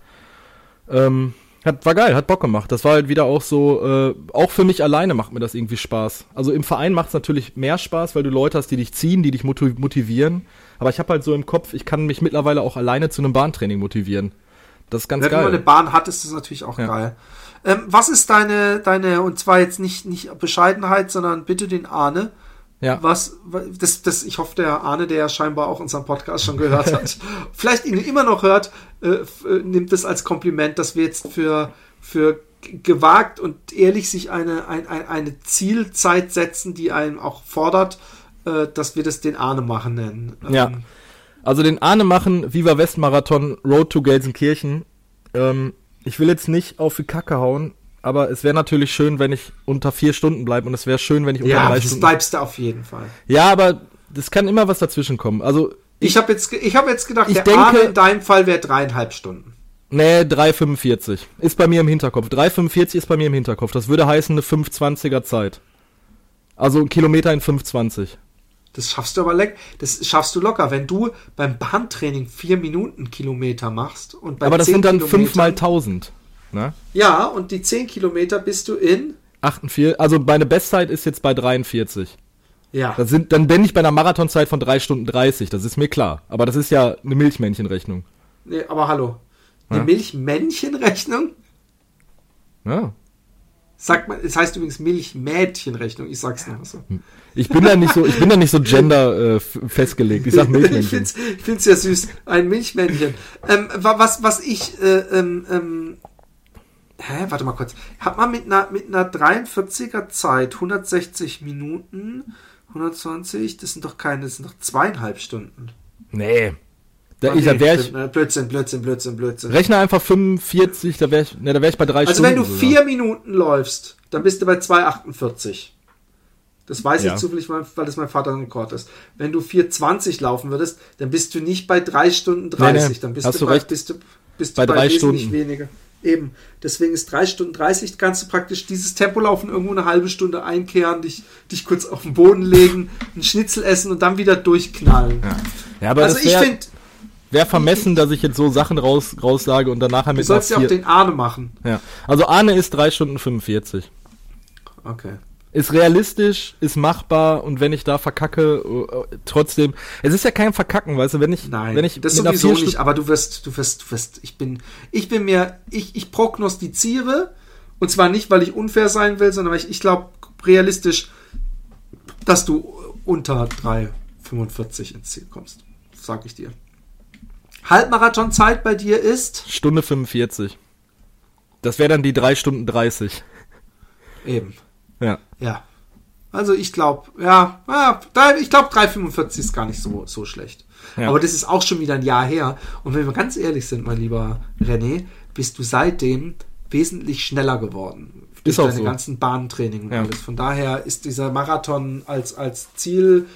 War geil, hat Bock gemacht. Das war halt wieder auch so, auch für mich alleine macht mir das irgendwie Spaß. Also im Verein macht es natürlich mehr Spaß, weil du Leute hast, die dich ziehen, die dich motivieren. Aber ich habe halt so im Kopf, ich kann mich mittlerweile auch alleine zu einem Bahntraining motivieren. Das ist ganz geil. Wenn du eine Bahn hattest, ist das natürlich auch geil. Was ist deine, und zwar jetzt nicht Bescheidenheit, sondern bitte den Arne. Ja. Ich hoffe, der Arne, der ja scheinbar auch unseren Podcast schon gehört hat, vielleicht ihn immer noch hört, nimmt es als Kompliment, dass wir jetzt für gewagt und ehrlich sich eine Zielzeit setzen, die einen auch fordert, dass wir das den Arne machen nennen. Ja. Also den Arne machen, Viva West Marathon, Road to Gelsenkirchen. Ich will jetzt nicht auf die Kacke hauen, aber es wäre natürlich schön, wenn ich unter 4 Stunden bleibe und es wäre schön, wenn ich unter 3 Stunden... Ja, bleibst du auf jeden Fall. Ja, aber das kann immer was dazwischen kommen. Also ich habe jetzt gedacht, Arne in deinem Fall wäre 3,5 Stunden. Nee, 3,45 ist bei mir im Hinterkopf. 3,45 ist bei mir im Hinterkopf. Das würde heißen eine 5,20er Zeit. Also 1 Kilometer in 5,20. Das schaffst du aber das schaffst du locker, wenn du beim Bahntraining 4 Minuten Kilometer machst und bei aber das sind dann 5 mal 1000. Ne? Ja, und die 10 Kilometer bist du in 48, also meine Bestzeit ist jetzt bei 43. Ja. Dann bin ich bei einer Marathonzeit von 3 Stunden 30, das ist mir klar. Aber das ist ja eine Milchmännchenrechnung. Nee, aber hallo. Eine Milchmännchenrechnung? Ja. Sagt man, es heißt übrigens Milchmädchenrechnung, ich sag's noch so. Ich bin da nicht so gender festgelegt, ich sag Milchmännchen. Ich find's ja süß, ein Milchmännchen. Was ich, warte mal kurz. Hat man mit einer 43er Zeit 160 Minuten, 120, das sind doch 2,5 Stunden. Nee. Blödsinn. Rechne einfach 45, da wäre ich bei 3 Stunden. Also wenn du 4 Minuten läufst, dann bist du bei 2,48. Das weiß ich zufällig, weil das mein Vater ein Rekord ist. Wenn du 4,20 laufen würdest, dann bist du nicht bei 3 Stunden 30. Nee, dann bist du bei 3 Stunden weniger. Eben. Deswegen ist 3 Stunden 30, kannst du praktisch dieses Tempo laufen, irgendwo eine halbe Stunde einkehren, dich kurz auf den Boden legen, einen Schnitzel essen und dann wieder durchknallen. Ja, aber also ich finde... Wäre vermessen, dass ich jetzt so Sachen raussage und danach mit... Du sollst ja auch den Arne machen. Ja. Also Arne ist 3 Stunden 45. Okay. Ist realistisch, ist machbar und wenn ich da verkacke, trotzdem... Es ist ja kein Verkacken, weißt du, wenn ich... Nein, das sowieso nicht, aber du wirst... Ich prognostiziere, und zwar nicht, weil ich unfair sein will, sondern weil ich glaube realistisch, dass du unter 3,45 ins Ziel kommst. Sag ich dir. Halbmarathonzeit bei dir ist? Stunde 45. Das wäre dann die 3 Stunden 30. Eben. Ja. Ja. Also ich glaube, 3,45 ist gar nicht so schlecht. Ja. Aber das ist auch schon wieder ein Jahr her. Und wenn wir ganz ehrlich sind, mein lieber René, bist du seitdem wesentlich schneller geworden. Durch deine ganzen Bahntraining und alles. Von daher ist dieser Marathon als Ziel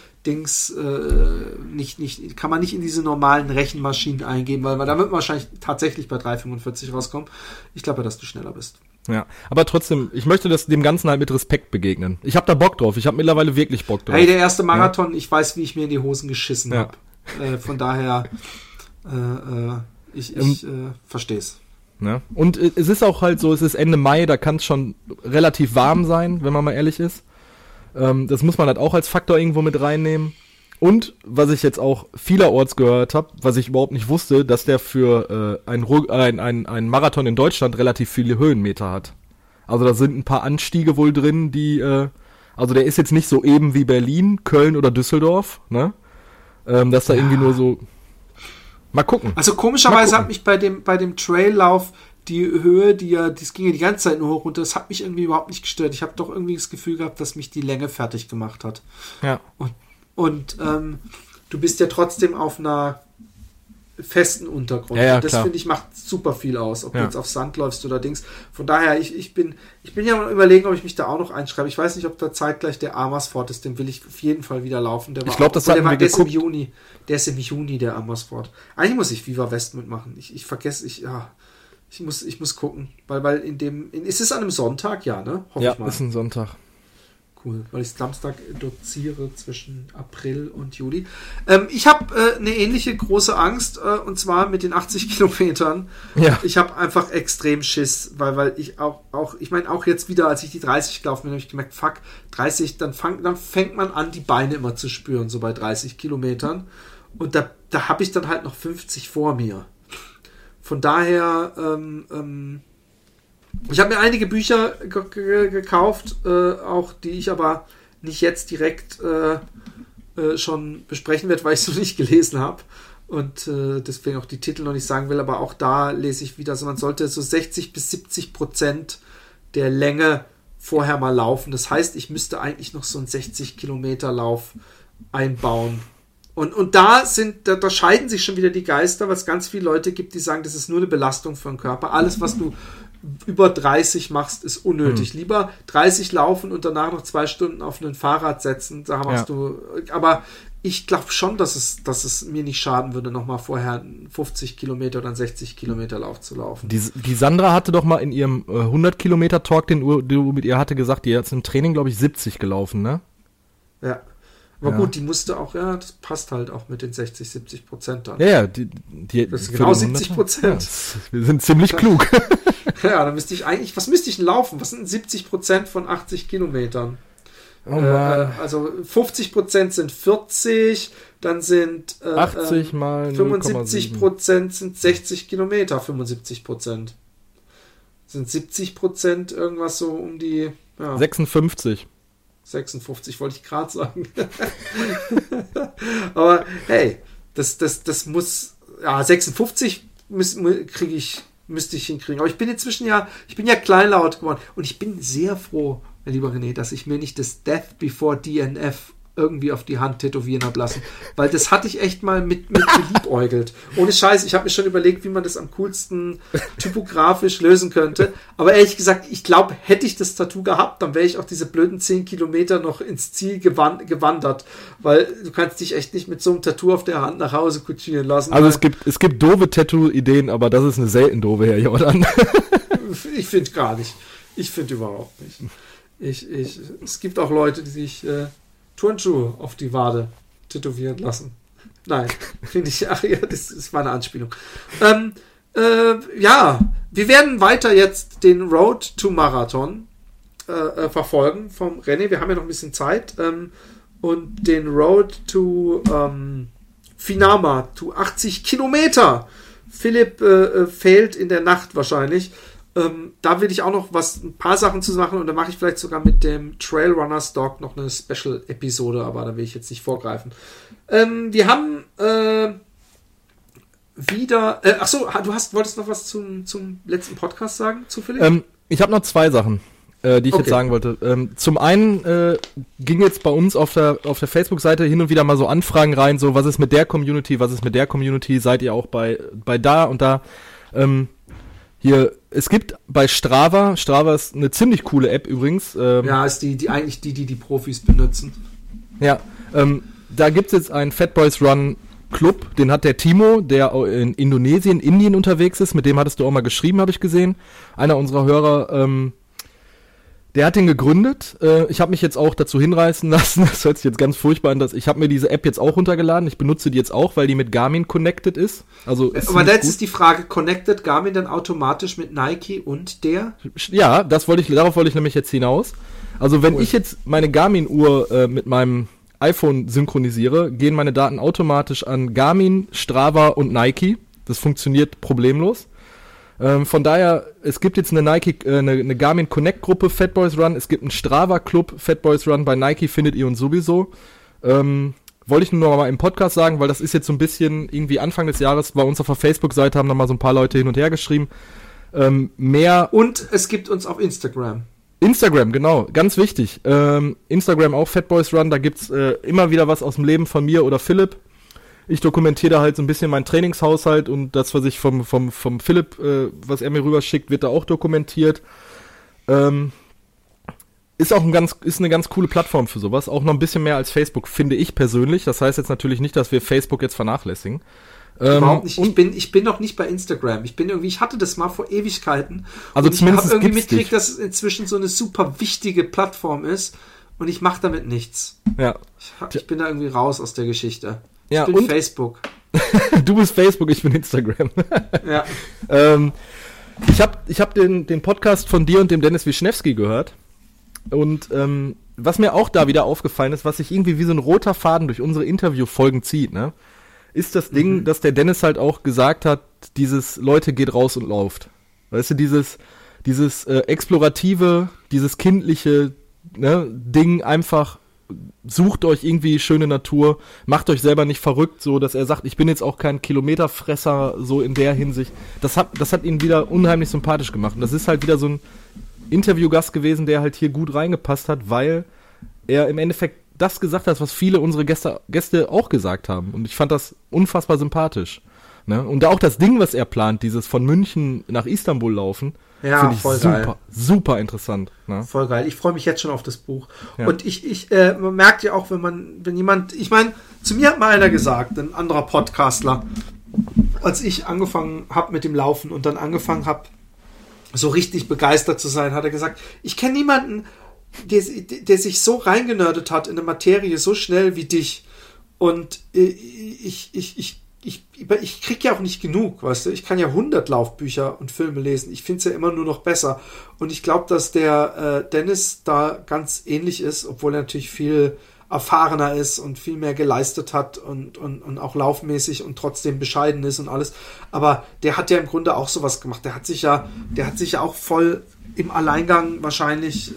kann man nicht in diese normalen Rechenmaschinen eingeben, weil da wird man wahrscheinlich tatsächlich bei 3,45 rauskommen. Ich glaube ja, dass du schneller bist. Ja, aber trotzdem, ich möchte dem Ganzen halt mit Respekt begegnen. Ich habe da Bock drauf, ich habe mittlerweile wirklich Bock drauf. Hey, der erste Marathon, ich weiß, wie ich mir in die Hosen geschissen habe. Von daher, ich verstehe es. Ja. Und es ist auch halt so, es ist Ende Mai, da kann es schon relativ warm sein, wenn man mal ehrlich ist. Das muss man halt auch als Faktor irgendwo mit reinnehmen. Und was ich jetzt auch vielerorts gehört habe, was ich überhaupt nicht wusste, dass der für einen Marathon in Deutschland relativ viele Höhenmeter hat. Also da sind ein paar Anstiege wohl drin, also der ist jetzt nicht so eben wie Berlin, Köln oder Düsseldorf, ne? dass da irgendwie nur so, mal gucken. Also komischerweise hat mich bei dem Traillauf die Höhe, das ging ja die ganze Zeit nur hoch runter, das hat mich irgendwie überhaupt nicht gestört. Ich habe doch irgendwie das Gefühl gehabt, dass mich die Länge fertig gemacht hat. Ja. Und du bist ja trotzdem auf einer festen Untergrund. Ja, und das, klar. finde ich, macht super viel aus, ob du jetzt auf Sand läufst oder Dings. Von daher, ich bin ja mal überlegen, ob ich mich da auch noch einschreibe. Ich weiß nicht, ob da zeitgleich der Amersfoort ist, den will ich auf jeden Fall wieder laufen. Ich glaube, das hatten wir der ist im geguckt. Juni. Der ist im Juni, der Amersfoort. Eigentlich muss ich Viva West mitmachen. Ich vergesse, ich muss gucken. Weil ist es an einem Sonntag? Ja, ne? Hoffe Ja, ich mal. ist ein Sonntag. Cool, weil ich Samstag doziere zwischen April und Juli. Ich habe eine ähnliche große Angst, und zwar mit den 80 Kilometern. Ja. Ich habe einfach extrem Schiss, weil ich ich meine auch jetzt wieder, als ich die 30 gelaufen bin, habe ich gemerkt, fuck, 30, dann fängt man an, die Beine immer zu spüren, so bei 30 Kilometern. Und da habe ich dann halt noch 50 vor mir. Von daher, ich habe mir einige Bücher gekauft, auch die ich aber nicht jetzt direkt schon besprechen werde, weil ich es noch nicht gelesen habe und deswegen auch die Titel noch nicht sagen will, aber auch da lese ich wieder, also man sollte so 60-70% der Länge vorher mal laufen. Das heißt, ich müsste eigentlich noch so einen 60-Kilometer-Lauf einbauen. Und da scheiden sich schon wieder die Geister, weil es ganz viele Leute gibt, die sagen, das ist nur eine Belastung für den Körper. Alles, was du über 30 machst, ist unnötig. Lieber 30 laufen und danach noch 2 Stunden auf ein Fahrrad setzen. Da machst du. Aber ich glaube schon, dass es mir nicht schaden würde, nochmal vorher einen 50 Kilometer oder einen 60 Kilometer Lauf zu laufen. Die Sandra hatte doch mal in ihrem 100 Kilometer Talk, den du mit ihr hatte, gesagt, die hat im Training, glaube ich, 70 gelaufen, ne? Ja. Aber gut, die musste auch, das passt halt auch mit den 60-70% dann. Ja, das ist genau 70%. Ja, wir sind ziemlich klug. Ja, dann müsste ich eigentlich, was müsste ich denn laufen? Was sind 70% von 80 Kilometern? Oh Mann. Also 50% sind 40, dann sind 80 mal 75% sind 60 Kilometer, 75%. Sind 70% irgendwas so um die 56. 56 wollte ich gerade sagen. Aber hey, das muss, 56 müsste ich hinkriegen. Aber ich bin inzwischen ich bin ja kleinlaut geworden und ich bin sehr froh, mein lieber René, dass ich mir nicht das Death Before DNF irgendwie auf die Hand tätowieren habe lassen, weil das hatte ich echt mal mit geliebäugelt. Ohne Scheiß, ich habe mir schon überlegt, wie man das am coolsten typografisch lösen könnte, aber ehrlich gesagt, ich glaube, hätte ich das Tattoo gehabt, dann wäre ich auch diese blöden 10 Kilometer noch ins Ziel gewandert, weil du kannst dich echt nicht mit so einem Tattoo auf der Hand nach Hause kutschieren lassen. Also es gibt doofe Tattoo-Ideen, aber das ist eine selten doofe, Herr Jordan. Ich finde gar nicht. Ich finde überhaupt nicht. Es gibt auch Leute, die sich Turnschuhe auf die Wade tätowieren lassen. Nein, finde ich, das war eine Anspielung. Wir werden weiter jetzt den Road to Marathon verfolgen vom René. Wir haben ja noch ein bisschen Zeit. Und den Road to Finama, to 80 Kilometer. Philipp fehlt in der Nacht wahrscheinlich. Da will ich auch noch ein paar Sachen zu machen und da mache ich vielleicht sogar mit dem Trailrunners Dog noch eine Special-Episode, aber da will ich jetzt nicht vorgreifen. Wir haben wieder, du wolltest noch was zum letzten Podcast sagen, zufällig? Ich habe noch 2 Sachen, die ich jetzt sagen wollte. Zum einen ging jetzt bei uns auf der Facebook-Seite hin und wieder mal so Anfragen rein, so was ist mit der Community, seid ihr auch bei da und da, hier, es gibt bei Strava ist eine ziemlich coole App übrigens. Ist die Profis benutzen. Ja, da gibt's jetzt einen Fat Boys Run Club, den hat der Timo, der in Indien unterwegs ist, mit dem hattest du auch mal geschrieben, habe ich gesehen. Einer unserer Hörer, der hat den gegründet. Ich habe mich jetzt auch dazu hinreißen lassen, das hört sich jetzt ganz furchtbar an, ich habe mir diese App jetzt auch runtergeladen. Ich benutze die jetzt auch, weil die mit Garmin connected ist. Also aber jetzt ist die Frage, connected Garmin dann automatisch mit Nike und der? Ja, darauf wollte ich nämlich jetzt hinaus. Also wenn ich jetzt meine Garmin-Uhr mit meinem iPhone synchronisiere, gehen meine Daten automatisch an Garmin, Strava und Nike. Das funktioniert problemlos. Von daher, es gibt jetzt eine Garmin Connect Gruppe Fat Boys Run, es gibt einen Strava Club Fat Boys Run, bei Nike findet ihr uns sowieso. wollte ich nur noch mal im Podcast sagen, weil das ist jetzt so ein bisschen irgendwie Anfang des Jahres bei uns auf der Facebook-Seite haben noch mal so ein paar Leute hin und her geschrieben. Und es gibt uns auf Instagram. Instagram, genau, ganz wichtig. Instagram auch Fatboys Run, da gibt's immer wieder was aus dem Leben von mir oder Philipp. Ich dokumentiere da halt so ein bisschen meinen Trainingshaushalt und das, was ich vom Philipp, was er mir rüberschickt, wird da auch dokumentiert. Ist eine ganz coole Plattform für sowas, auch noch ein bisschen mehr als Facebook, finde ich persönlich. Das heißt jetzt natürlich nicht, dass wir Facebook jetzt vernachlässigen. Überhaupt nicht. Ich bin noch nicht bei Instagram. Ich hatte das mal vor Ewigkeiten. Also und zumindest ich habe irgendwie mitgekriegt, dass es inzwischen so eine super wichtige Plattform ist und ich mache damit nichts. Ja. Ich bin da irgendwie raus aus der Geschichte. Ja, ich bin Facebook. Du bist Facebook, ich bin Instagram. Ja. Ich hab den Podcast von dir und dem Dennis Wischnewski gehört. Und was mir auch da wieder aufgefallen ist, was sich irgendwie wie so ein roter Faden durch unsere Interviewfolgen zieht, ne, ist das Ding, dass der Dennis halt auch gesagt hat, dieses Leute, geht raus und lauft. Weißt du, dieses explorative, dieses kindliche, ne, Ding, einfach sucht euch irgendwie schöne Natur, macht euch selber nicht verrückt, so dass er sagt, ich bin jetzt auch kein Kilometerfresser, so in der Hinsicht. Das hat ihn wieder unheimlich sympathisch gemacht. Und das ist halt wieder so ein Interviewgast gewesen, der halt hier gut reingepasst hat, weil er im Endeffekt das gesagt hat, was viele unsere Gäste auch gesagt haben. Und ich fand das unfassbar sympathisch. Ne? Und auch das Ding, was er plant, dieses von München nach Istanbul laufen, ja, finde ich voll super, geil. super interessant. Ne? Voll geil. Ich freue mich jetzt schon auf das Buch. Ja. Und man merkt ja auch, wenn jemand, ich meine, zu mir hat mal einer gesagt, ein anderer Podcastler, als ich angefangen habe mit dem Laufen und dann angefangen habe, so richtig begeistert zu sein, hat er gesagt, ich kenne niemanden, der sich so reingenördet hat in eine Materie so schnell wie dich. Und ich kriege ja auch nicht genug, weißt du. Ich kann ja 100 Laufbücher und Filme lesen. Ich finde es ja immer nur noch besser. Und ich glaube, dass der Dennis da ganz ähnlich ist, obwohl er natürlich viel erfahrener ist und viel mehr geleistet hat und auch laufmäßig und trotzdem bescheiden ist und alles. Aber der hat ja im Grunde auch sowas gemacht. Der hat sich ja auch voll im Alleingang wahrscheinlich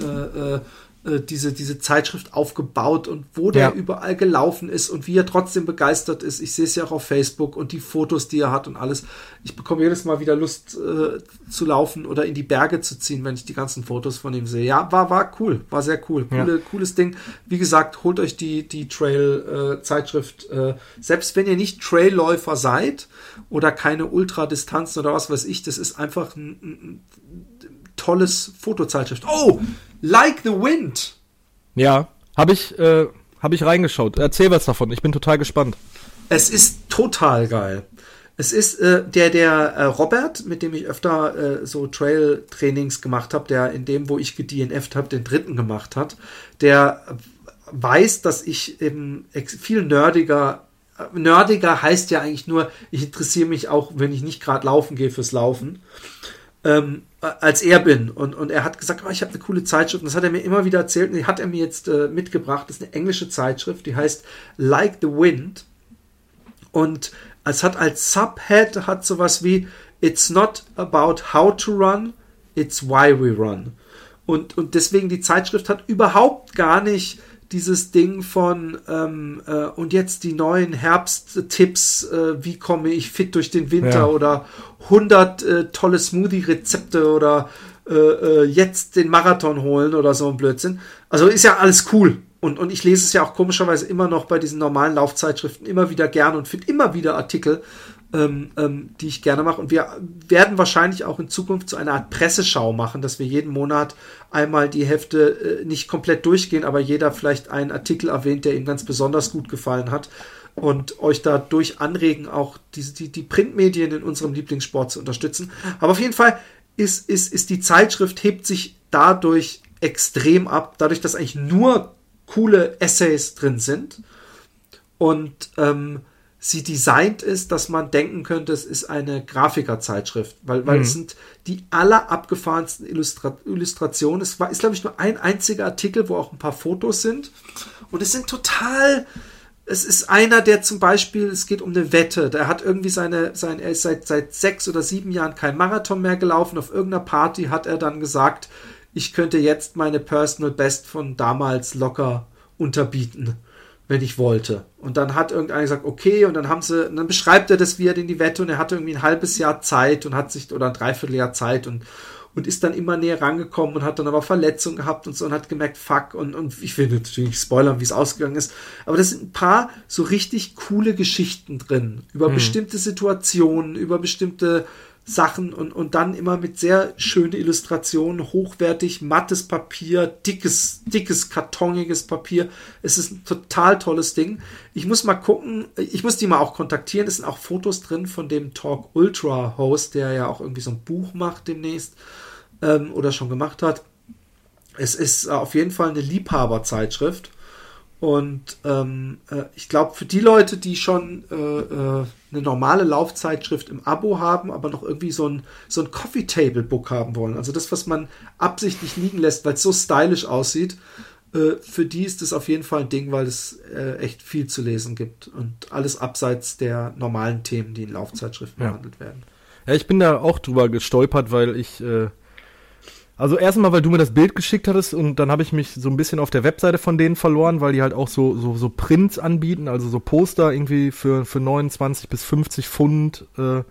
diese Zeitschrift aufgebaut und wo der überall gelaufen ist und wie er trotzdem begeistert ist. Ich sehe es ja auch auf Facebook und die Fotos, die er hat und alles. Ich bekomme jedes Mal wieder Lust zu laufen oder in die Berge zu ziehen, wenn ich die ganzen Fotos von ihm sehe. Ja, war cool, war sehr cool. Cooles Ding. Wie gesagt, holt euch die Trail-Zeitschrift. Selbst wenn ihr nicht Trailläufer seid oder keine Ultradistanzen oder was weiß ich, das ist einfach ein tolles Fotozeitschrift. Oh, Like the Wind. Ja, habe ich reingeschaut. Erzähl was davon. Ich bin total gespannt. Es ist total geil. Es ist der Robert, mit dem ich öfter so Trail-Trainings gemacht habe, der in dem, wo ich gedNF'd habe, den 3. gemacht hat. Der weiß, dass ich eben viel nerdiger heißt ja eigentlich nur, ich interessiere mich auch, wenn ich nicht gerade laufen gehe, fürs Laufen. Als er bin. Und er hat gesagt, ich habe eine coole Zeitschrift. Und das hat er mir immer wieder erzählt. Und die hat er mir jetzt mitgebracht. Das ist eine englische Zeitschrift. Die heißt Like the Wind. Und es hat als Subhead sowas wie It's not about how to run, it's why we run. Und deswegen die Zeitschrift hat überhaupt gar nicht dieses Ding von und jetzt die neuen Herbsttipps, wie komme ich fit durch den Winter oder 100 tolle Smoothie-Rezepte oder jetzt den Marathon holen oder so ein Blödsinn. Also ist ja alles cool. Und ich lese es ja auch komischerweise immer noch bei diesen normalen Laufzeitschriften immer wieder gerne und finde immer wieder Artikel, die ich gerne mache. Und wir werden wahrscheinlich auch in Zukunft so eine Art Presseschau machen, dass wir jeden Monat einmal die Hefte nicht komplett durchgehen, aber jeder vielleicht einen Artikel erwähnt, der ihm ganz besonders gut gefallen hat und euch dadurch anregen, auch die Printmedien in unserem Lieblingssport zu unterstützen. Aber auf jeden Fall ist die Zeitschrift, hebt sich dadurch extrem ab, dadurch, dass eigentlich nur coole Essays drin sind und sie designt ist, dass man denken könnte, es ist eine Grafikerzeitschrift, weil es sind die allerabgefahrensten Illustrationen. Es ist, glaube ich, nur ein einziger Artikel, wo auch ein paar Fotos sind. Und es ist einer, der zum Beispiel, es geht um eine Wette, der hat irgendwie er ist seit 6 oder 7 Jahren kein Marathon mehr gelaufen. Auf irgendeiner Party hat er dann gesagt, ich könnte jetzt meine Personal Best von damals locker unterbieten, wenn ich wollte. Und dann hat irgendeiner gesagt, okay, und dann dann beschreibt er das, wie er in die Wette, und er hatte irgendwie ein halbes Jahr Zeit und oder ein Dreivierteljahr Zeit und ist dann immer näher rangekommen und hat dann aber Verletzungen gehabt und so und hat gemerkt, fuck, und ich will natürlich spoilern, wie es ausgegangen ist, aber das sind ein paar so richtig coole Geschichten drin, über bestimmte Situationen, über bestimmte Sachen und dann immer mit sehr schönen Illustrationen, hochwertig, mattes Papier, dickes, kartoniges Papier. Es ist ein total tolles Ding. Ich muss mal gucken, ich muss die mal auch kontaktieren. Es sind auch Fotos drin von dem Talk Ultra Host, der ja auch irgendwie so ein Buch macht demnächst oder schon gemacht hat. Es ist auf jeden Fall eine Liebhaberzeitschrift. Und ich glaube, für die Leute, die schon eine normale Laufzeitschrift im Abo haben, aber noch irgendwie so ein Coffee-Table-Book haben wollen, also das, was man absichtlich liegen lässt, weil es so stylisch aussieht, für die ist das auf jeden Fall ein Ding, weil es echt viel zu lesen gibt und alles abseits der normalen Themen, die in Laufzeitschriften behandelt werden. Ja, ich bin da auch drüber gestolpert, weil ich also erstmal, weil du mir das Bild geschickt hattest und dann habe ich mich so ein bisschen auf der Webseite von denen verloren, weil die halt auch so Prints anbieten, also so Poster irgendwie für 29 bis 50 Pfund.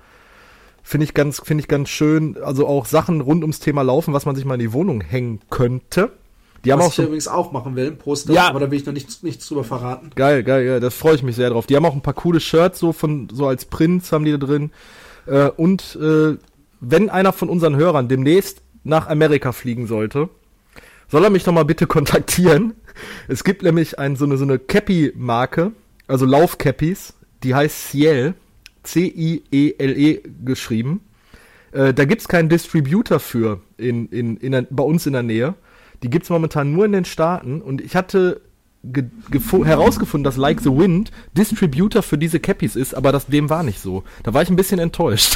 Finde ich ganz schön. Also auch Sachen rund ums Thema Laufen, was man sich mal in die Wohnung hängen könnte. Die haben was auch ich so, übrigens auch machen will, ein Poster, ja, aber da will ich noch nichts drüber verraten. Geil, ja, das freue ich mich sehr drauf. Die haben auch ein paar coole Shirts so als Prints haben die da drin. Und wenn einer von unseren Hörern demnächst nach Amerika fliegen sollte, soll er mich doch mal bitte kontaktieren. Es gibt nämlich so eine Cappy-Marke, also Lauf-Cappies, die heißt Ciel, C-I-E-L-E geschrieben. Da gibt's keinen Distributor für bei uns in der Nähe. Die gibt's momentan nur in den Staaten und ich hatte herausgefunden, dass Like the Wind Distributor für diese Cappies ist, aber dem war nicht so. Da war ich ein bisschen enttäuscht.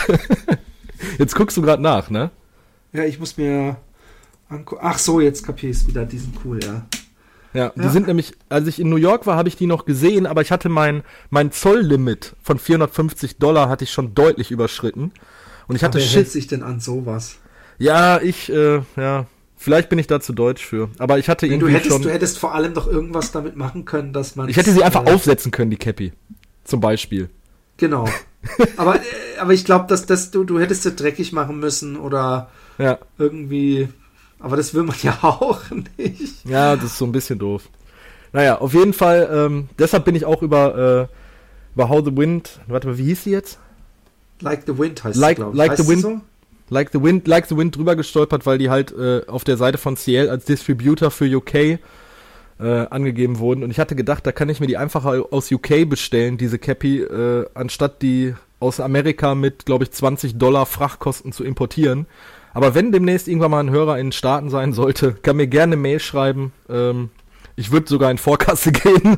Jetzt guckst du gerade nach, ne? Ja, ich muss mir angucken. Ach so, jetzt kapier ich's wieder. Die sind cool, ja. Ja, die sind nämlich, als ich in New York war, habe ich die noch gesehen, aber ich hatte mein Zolllimit von $450 hatte ich schon deutlich überschritten. Und ich hatte wer hält sich denn an sowas? Ja, vielleicht bin ich da zu deutsch für. Aber ich hatte du hättest vor allem doch irgendwas damit machen können, dass man... Ich hätte sie einfach aufsetzen können, die Cappy. Zum Beispiel. Genau. aber ich glaube, dass du hättest sie dreckig machen müssen oder irgendwie... Aber das will man ja auch nicht. Ja, das ist so ein bisschen doof. Naja, auf jeden Fall, deshalb bin ich auch über How the Wind... Warte mal, wie hieß sie jetzt? Like the Wind heißt sie, glaube ich. Like the Wind, so? Like the Wind drüber gestolpert, weil die halt auf der Seite von Ciel als Distributor für UK angegeben wurden. Und ich hatte gedacht, da kann ich mir die einfacher aus UK bestellen, diese Cappy, anstatt die aus Amerika mit, glaube ich, $20 Frachtkosten zu importieren. Aber wenn demnächst irgendwann mal ein Hörer in den Staaten sein sollte, kann mir gerne eine Mail schreiben. Ich würde sogar in Vorkasse gehen.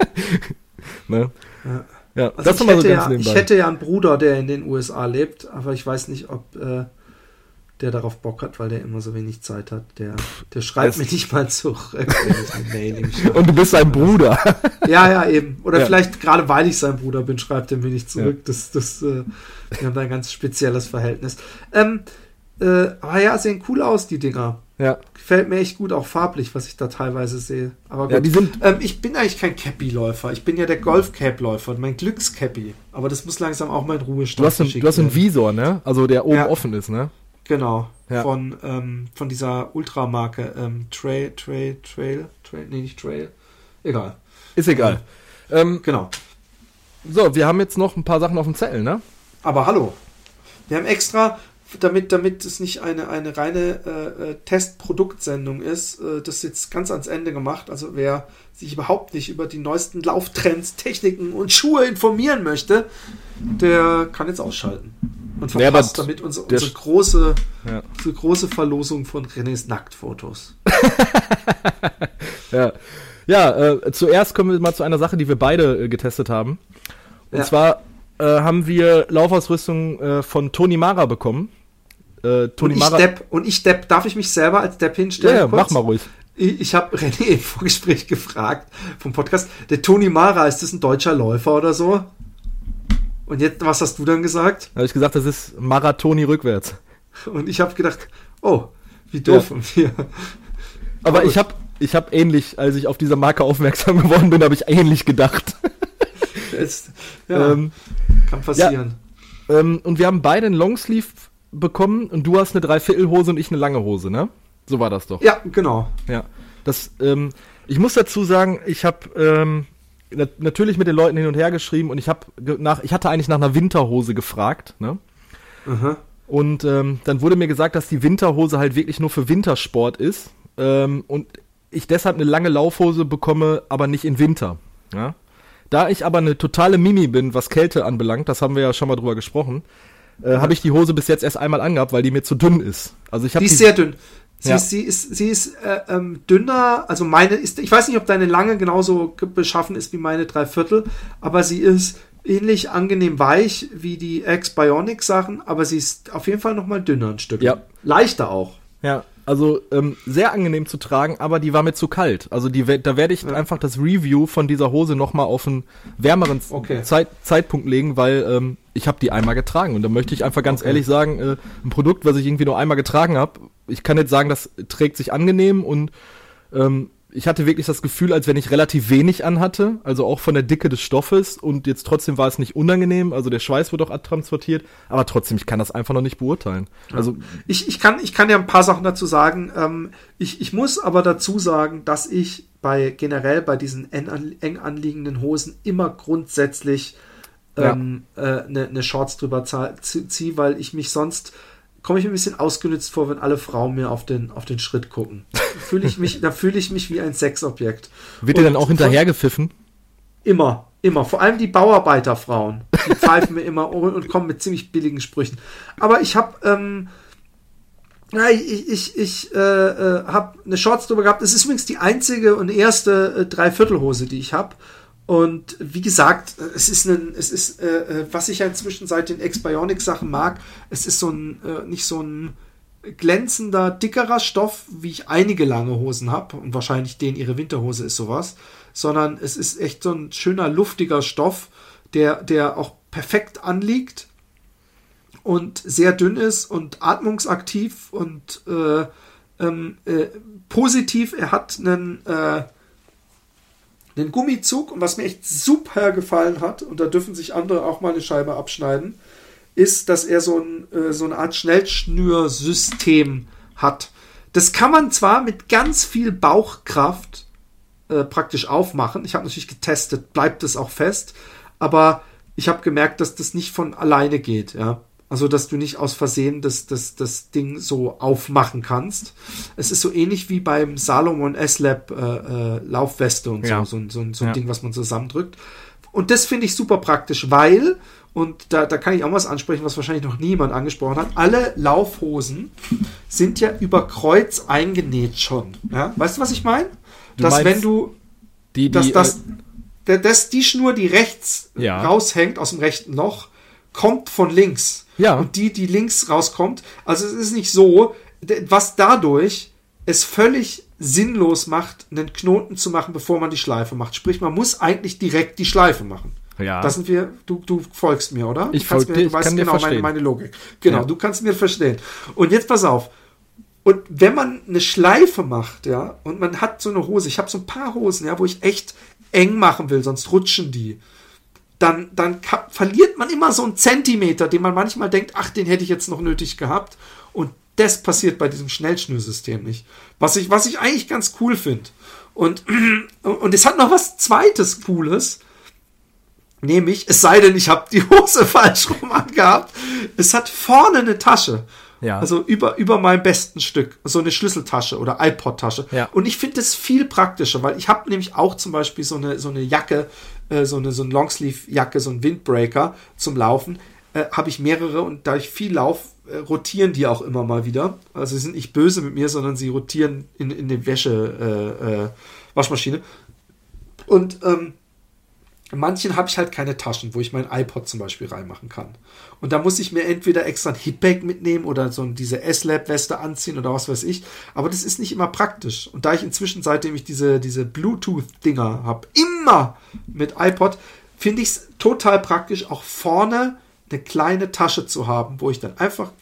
Ne? Ja, also das mal so ganz nebenbei. Ich hätte ja einen Bruder, der in den USA lebt, aber ich weiß nicht, ob der darauf Bock hat, weil der immer so wenig Zeit hat. Der schreibt mir nicht mal zurück, wenn ich eine Mail ihm schreibe. Und du bist sein Bruder. Ja, eben. Oder vielleicht gerade, weil ich sein Bruder bin, schreibt er mir nicht zurück. Ja. Wir haben da ein ganz spezielles Verhältnis. Aber ja, sehen cool aus, die Dinger. Ja. Gefällt mir echt gut, auch farblich, was ich da teilweise sehe. Aber gut. Ja, die sind ich bin eigentlich kein Cappy-Läufer. Ich bin ja der Golf-Cap-Läufer und mein Glücks-Cappy. Aber das muss langsam auch mal in Ruhestand geschickt werden. Du hast einen Visor, ne? Also der oben offen ist, ne? Genau. Ja. Von dieser Ultramarke Trail. Nee, nicht Trail. Egal. Ist egal. Genau. So, wir haben jetzt noch ein paar Sachen auf dem Zettel, ne? Aber hallo. Wir haben extra... Damit es nicht eine reine Testproduktsendung ist, das jetzt ganz ans Ende gemacht. Also wer sich überhaupt nicht über die neuesten Lauftrends, Techniken und Schuhe informieren möchte, der kann jetzt ausschalten. Und verpasst damit unsere große Verlosung von Renés Nacktfotos. Zuerst kommen wir mal zu einer Sache, die wir beide getestet haben. Und zwar haben wir Laufausrüstung von Tony Mara bekommen. Ich Depp, darf ich mich selber als Depp hinstellen? Ja, mach mal ruhig. Ich habe René im Vorgespräch gefragt vom Podcast, der Tony Mara, ist das ein deutscher Läufer oder so? Und jetzt, was hast du dann gesagt? Da habe ich gesagt, das ist Marathoni rückwärts. Und ich habe gedacht, oh, wie doof von mir. Aber ich habe ich habe ähnlich, als ich auf diese Marke aufmerksam geworden bin, habe ich ähnlich gedacht. Kann passieren. Ja, und wir haben beide einen Longsleeve bekommen und du hast eine Dreiviertelhose und ich eine lange Hose, ne? So war das doch. Ja, genau. Ja. Ich muss dazu sagen, ich habe natürlich mit den Leuten hin und her geschrieben und ich hatte eigentlich nach einer Winterhose gefragt, ne? Aha. Und dann wurde mir gesagt, dass die Winterhose halt wirklich nur für Wintersport ist und ich deshalb eine lange Laufhose bekomme, aber nicht in Winter. Ja? Da ich aber eine totale Mimi bin, was Kälte anbelangt, das haben wir ja schon mal drüber gesprochen, habe ich die Hose bis jetzt erst einmal angehabt, weil die mir zu dünn ist. Also die ist sehr dünn. Ja. Sie ist dünner, also meine ist, ich weiß nicht, ob deine lange genauso beschaffen ist wie meine Dreiviertel, aber sie ist ähnlich angenehm weich wie die X-Bionic Sachen, aber sie ist auf jeden Fall nochmal dünner ein Stück. Ja. Leichter auch. Ja, also sehr angenehm zu tragen, aber die war mir zu kalt. Also da werde ich einfach das Review von dieser Hose nochmal auf einen wärmeren Zeitpunkt legen, weil ich habe die einmal getragen und da möchte ich einfach ganz ehrlich sagen, ein Produkt, was ich irgendwie nur einmal getragen habe, ich kann jetzt sagen, das trägt sich angenehm und ich hatte wirklich das Gefühl, als wenn ich relativ wenig anhatte, also auch von der Dicke des Stoffes und jetzt trotzdem war es nicht unangenehm, also der Schweiß wurde auch abtransportiert, aber trotzdem, ich kann das einfach noch nicht beurteilen. Ja. Also ich kann ja ein paar Sachen dazu sagen. Ich muss aber dazu sagen, dass ich generell bei diesen eng anliegenden Hosen immer grundsätzlich eine Shorts drüber ziehe, weil ich mich sonst komme ich mir ein bisschen ausgenutzt vor, wenn alle Frauen mir auf den Schritt gucken. Da fühle ich mich wie ein Sexobjekt. Wird dir dann auch hinterhergepfiffen? Immer. Vor allem die Bauarbeiterfrauen. Die pfeifen mir immer und kommen mit ziemlich billigen Sprüchen. Aber ich habe habe eine Shorts drüber gehabt. Es ist übrigens die einzige und erste Dreiviertelhose, die ich habe. Und wie gesagt, was ich ja inzwischen seit den X-Bionic Sachen mag, es ist nicht so ein glänzender, dickerer Stoff, wie ich einige lange Hosen habe, und wahrscheinlich ihre Winterhose ist sowas, sondern es ist echt so ein schöner, luftiger Stoff, der auch perfekt anliegt und sehr dünn ist und atmungsaktiv und positiv. Er hat einen Gummizug, und was mir echt super gefallen hat, und da dürfen sich andere auch mal eine Scheibe abschneiden, ist, dass er so eine Art Schnellschnürsystem hat. Das kann man zwar mit ganz viel Bauchkraft praktisch aufmachen. Ich habe natürlich getestet, bleibt es auch fest, aber ich habe gemerkt, dass das nicht von alleine geht, ja. Also, dass du nicht aus Versehen das Ding so aufmachen kannst. Es ist so ähnlich wie beim Salomon S-Lab Laufweste und so ein Ding, was man zusammendrückt. Und das finde ich super praktisch, weil, und da kann ich auch was ansprechen, was wahrscheinlich noch niemand angesprochen hat, alle Laufhosen sind ja über Kreuz eingenäht schon. Ja? Weißt du, was ich meine? Dass wenn du die Schnur, die rechts raushängt aus dem rechten Loch, kommt von links. Ja. Und die links rauskommt. Also es ist nicht so, was dadurch es völlig sinnlos macht, einen Knoten zu machen, bevor man die Schleife macht. Sprich, man muss eigentlich direkt die Schleife machen. Ja. Das sind wir, du folgst mir, oder? Ich folge dir, ich kann dir verstehen. Meine Logik. Genau, du kannst mir verstehen. Und jetzt pass auf. Und wenn man eine Schleife macht, ja, und man hat so eine Hose, ich habe so ein paar Hosen, ja, wo ich echt eng machen will, sonst rutschen die. Dann verliert man immer so einen Zentimeter, den man manchmal denkt, ach, den hätte ich jetzt noch nötig gehabt. Und das passiert bei diesem Schnellschnürsystem nicht. Was ich eigentlich ganz cool finde. Und es hat noch was zweites Cooles. Nämlich, es sei denn, ich habe die Hose falsch rum angehabt. Es hat vorne eine Tasche. Ja. Also über meinem besten Stück. So eine Schlüsseltasche oder iPod-Tasche. Ja. Und ich finde das viel praktischer, weil ich habe nämlich auch zum Beispiel so eine Jacke, so eine Longsleeve-Jacke, so ein Windbreaker zum Laufen. Habe ich mehrere, und da ich viel laufe, rotieren die auch immer mal wieder. Also sie sind nicht böse mit mir, sondern sie rotieren in die Waschmaschine. Und in manchen habe ich halt keine Taschen, wo ich mein iPod zum Beispiel reinmachen kann. Und da muss ich mir entweder extra ein Hipbag mitnehmen oder so diese S-Lab-Weste anziehen oder was weiß ich. Aber das ist nicht immer praktisch. Und da ich inzwischen, seitdem ich diese Bluetooth-Dinger habe, immer mit iPod, finde ich es total praktisch, auch vorne eine kleine Tasche zu haben, wo ich dann einfach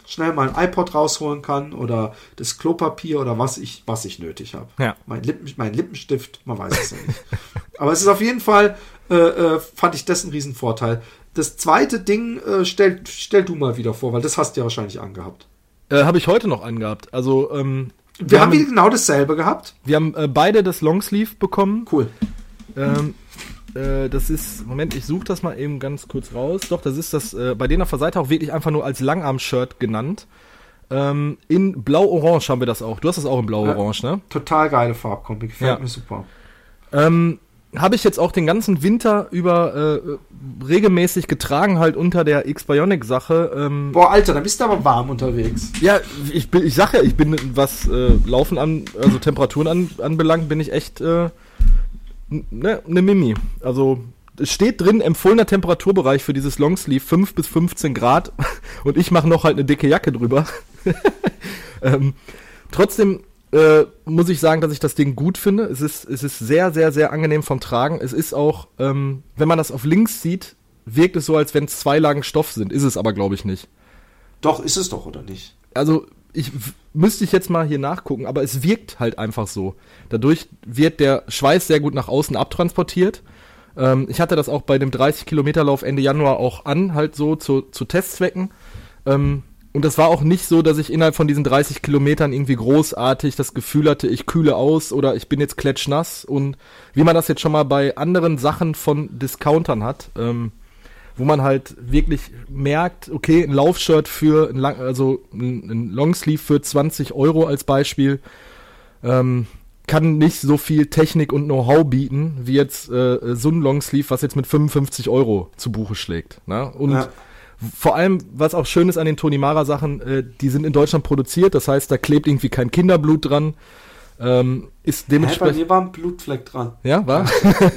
schnell mal ein iPod rausholen kann oder das Klopapier oder was ich nötig habe. Ja. Mein Lippenstift, man weiß es ja nicht. Aber es ist auf jeden Fall, fand ich das einen riesen Vorteil. Das zweite Ding stell du mal wieder vor, weil das hast du ja wahrscheinlich angehabt. Habe ich heute noch angehabt. Also, wir haben genau dasselbe gehabt. Wir haben beide das Longsleeve bekommen. Cool. Das ist, Moment, ich suche das mal eben ganz kurz raus. Doch, das ist das bei denen auf der Seite auch wirklich einfach nur als Langarm-Shirt genannt. In Blau-Orange haben wir das auch. Du hast das auch in Blau-Orange, ne? Total geile Farbkombi, gefällt mir super. Habe ich jetzt auch den ganzen Winter über regelmäßig getragen, halt unter der X-Bionic-Sache. Boah, Alter, da bist du aber warm unterwegs. Ja, ich sag ja, ich bin, was Laufen also Temperaturen anbelangt, bin ich echt ne Mimi. Also es steht drin, empfohlener Temperaturbereich für dieses Longsleeve 5 bis 15 Grad und ich mache noch halt eine dicke Jacke drüber. Trotzdem muss ich sagen, dass ich das Ding gut finde. Es ist sehr, sehr, sehr angenehm vom Tragen. Es ist auch, wenn man das auf links sieht, wirkt es so, als wenn es 2 Lagen Stoff sind. Ist es aber, glaube ich, nicht. Doch, ist es doch, oder nicht? Also, müsste ich jetzt mal hier nachgucken, aber es wirkt halt einfach so. Dadurch wird der Schweiß sehr gut nach außen abtransportiert. Ich hatte das auch bei dem 30-Kilometer-Lauf Ende Januar auch an, halt so zu Testzwecken. Und das war auch nicht so, dass ich innerhalb von diesen 30 Kilometern irgendwie großartig das Gefühl hatte, ich kühle aus oder ich bin jetzt klatschnass. Und wie man das jetzt schon mal bei anderen Sachen von Discountern hat, wo man halt wirklich merkt, okay, ein Laufshirt für ein Longsleeve für 20 € als Beispiel, kann nicht so viel Technik und Know-how bieten, wie jetzt so ein Longsleeve, was jetzt mit 55 € zu Buche schlägt. Ne? Und vor allem, was auch schön ist an den Tonimara-Sachen, die sind in Deutschland produziert, das heißt, da klebt irgendwie kein Kinderblut dran. Ist dementsprechend. Bei mir war ein Blutfleck dran. Ja, war?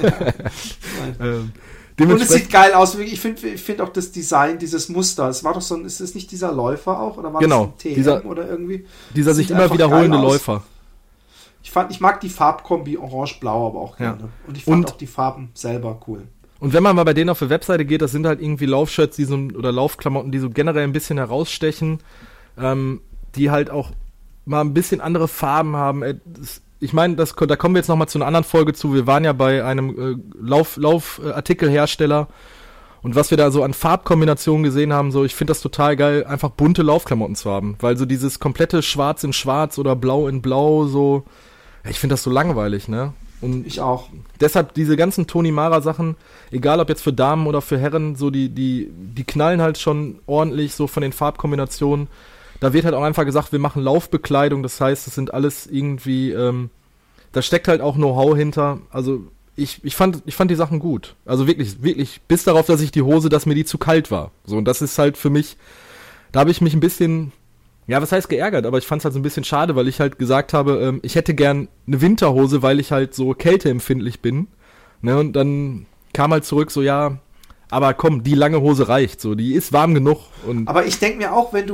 Und es sieht geil aus. Ich finde auch das Design, dieses Muster. Es war doch so ein, ist es nicht dieser Läufer auch? Oder war das ein TM oder irgendwie? Dieser sich immer wiederholende Läufer. Ich mag die Farbkombi orange-blau aber auch gerne. Ja. Und ich fand auch die Farben selber cool. Und wenn man mal bei denen auf der Webseite geht, das sind halt irgendwie Laufshirts, oder Laufklamotten, die so generell ein bisschen herausstechen, die halt auch mal ein bisschen andere Farben haben. Ich meine, da kommen wir jetzt nochmal zu einer anderen Folge zu. Wir waren ja bei einem Laufartikelhersteller und was wir da so an Farbkombinationen gesehen haben, so, ich finde das total geil, einfach bunte Laufklamotten zu haben, weil so dieses komplette Schwarz in Schwarz oder Blau in Blau, so, ich finde das so langweilig, ne? Und ich auch. Deshalb diese ganzen Tonimara-Sachen, egal ob jetzt für Damen oder für Herren, so die knallen halt schon ordentlich so von den Farbkombinationen. Da wird halt auch einfach gesagt, wir machen Laufbekleidung, das heißt, das sind alles irgendwie, da steckt halt auch Know-how hinter. Also ich fand die Sachen gut. Also wirklich, wirklich, bis darauf, dass mir die zu kalt war. So, und das ist halt für mich, da habe ich mich ein bisschen, ja, was heißt geärgert, aber ich fand es halt so ein bisschen schade, weil ich halt gesagt habe, ich hätte gern eine Winterhose, weil ich halt so kälteempfindlich bin. Ne, und dann kam halt zurück so, ja, aber komm, die lange Hose reicht, so, die ist warm genug. Und aber ich denke mir auch, wenn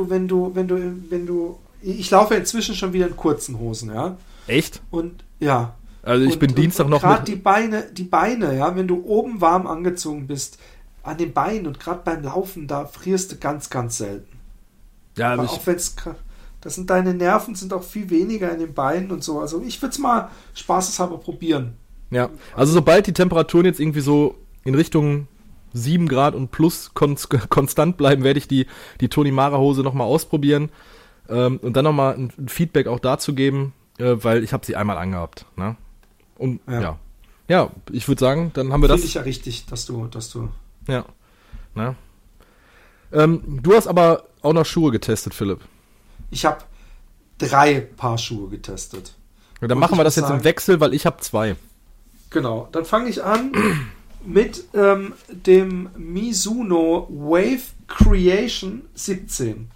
du, ich laufe inzwischen schon wieder in kurzen Hosen, ja. Echt? Und, ja. Also ich bin Dienstag noch gerade die Beine, ja, wenn du oben warm angezogen bist, an den Beinen und gerade beim Laufen, da frierst du ganz, ganz selten. Ja, aber auch wenn das sind deine Nerven, sind auch viel weniger in den Beinen und so. Also ich würde es mal spaßeshalber probieren. Ja, also sobald die Temperaturen jetzt irgendwie so in Richtung 7 Grad und plus konstant bleiben, werde ich die Tonimara-Hose nochmal ausprobieren und dann nochmal ein Feedback auch dazu geben, weil ich habe sie einmal angehabt. Ne? Und ja, ich würde sagen, dann haben wir das. Finde ich ja richtig, dass du. Ja. Na? Du hast aber auch noch Schuhe getestet, Philipp. Ich habe 3 Paar Schuhe getestet. Ja, dann machen wir das jetzt im Wechsel, weil ich habe 2. Genau, dann fange ich an mit dem Mizuno Wave Creation 17.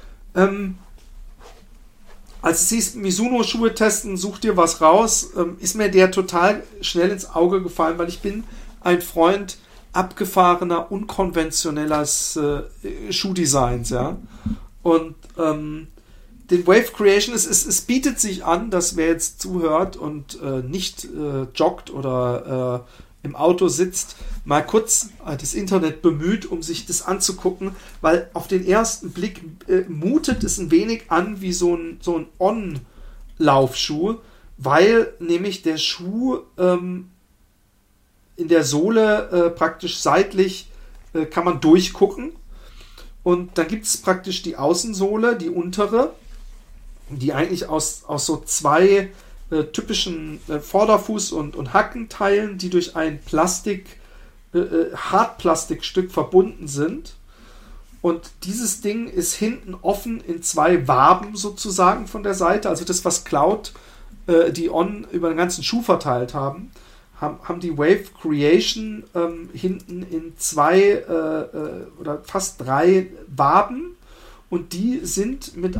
Als du siehst, Mizuno-Schuhe testen, such dir was raus, ist mir der total schnell ins Auge gefallen, weil ich bin ein Freund abgefahrener, unkonventioneller Schuhdesigns, ja. Und den Wave Creation, es bietet sich an, dass wer jetzt zuhört und nicht joggt oder im Auto sitzt, mal kurz das Internet bemüht, um sich das anzugucken, weil auf den ersten Blick mutet es ein wenig an wie so ein On-Laufschuh, weil nämlich der Schuh in der Sohle praktisch seitlich kann man durchgucken und dann gibt es praktisch die Außensohle, die untere, die eigentlich aus so zwei typischen Vorderfuß- und Hackenteilen, die durch ein Hartplastikstück verbunden sind. Und dieses Ding ist hinten offen in zwei Waben sozusagen von der Seite. Also das, was Cloud die On über den ganzen Schuh verteilt haben die Wave Creation hinten in zwei oder fast drei Waben. Und die sind mit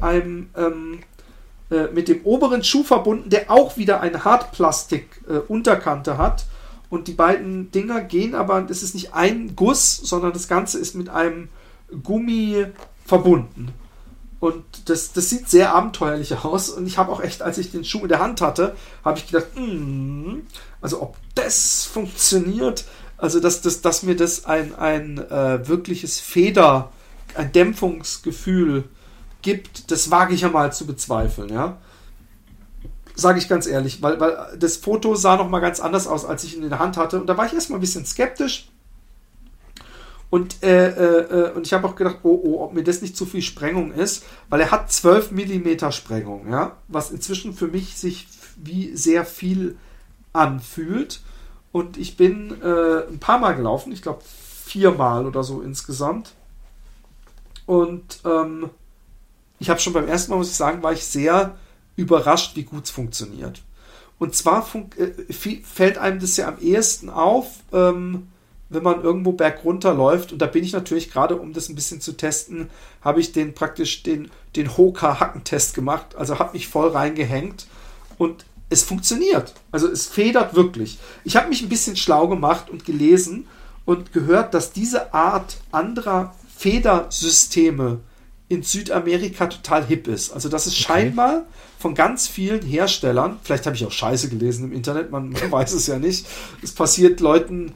dem oberen Schuh verbunden, der auch wieder eine Hartplastik-Unterkante hat. Und die beiden Dinger gehen aber, das ist nicht ein Guss, sondern das Ganze ist mit einem Gummi verbunden. Und das sieht sehr abenteuerlich aus. Und ich habe auch echt, als ich den Schuh in der Hand hatte, habe ich gedacht, also ob das funktioniert, also dass mir das ein wirkliches ein Dämpfungsgefühl gibt, das wage ich ja mal zu bezweifeln, ja. Sage ich ganz ehrlich, weil das Foto sah noch mal ganz anders aus, als ich ihn in der Hand hatte. Und da war ich erstmal ein bisschen skeptisch. Und ich habe auch gedacht, ob mir das nicht zu viel Sprengung ist, weil er hat 12 mm Sprengung, ja, was inzwischen für mich sich wie sehr viel anfühlt. Und ich bin ein paar Mal gelaufen, ich glaube 4 Mal oder so insgesamt. Und ich habe schon beim ersten Mal, muss ich sagen, war ich sehr überrascht, wie gut es funktioniert. Und zwar fällt einem das ja am ehesten auf, wenn man irgendwo bergunter läuft. Und da bin ich natürlich gerade, um das ein bisschen zu testen, habe ich den Hoka-Hackentest gemacht. Also habe mich voll reingehängt. Und es funktioniert. Also es federt wirklich. Ich habe mich ein bisschen schlau gemacht und gelesen und gehört, dass diese Art anderer Federsysteme in Südamerika total hip ist. Also das ist scheinbar von ganz vielen Herstellern, vielleicht habe ich auch Scheiße gelesen im Internet, man weiß es ja nicht, es passiert Leuten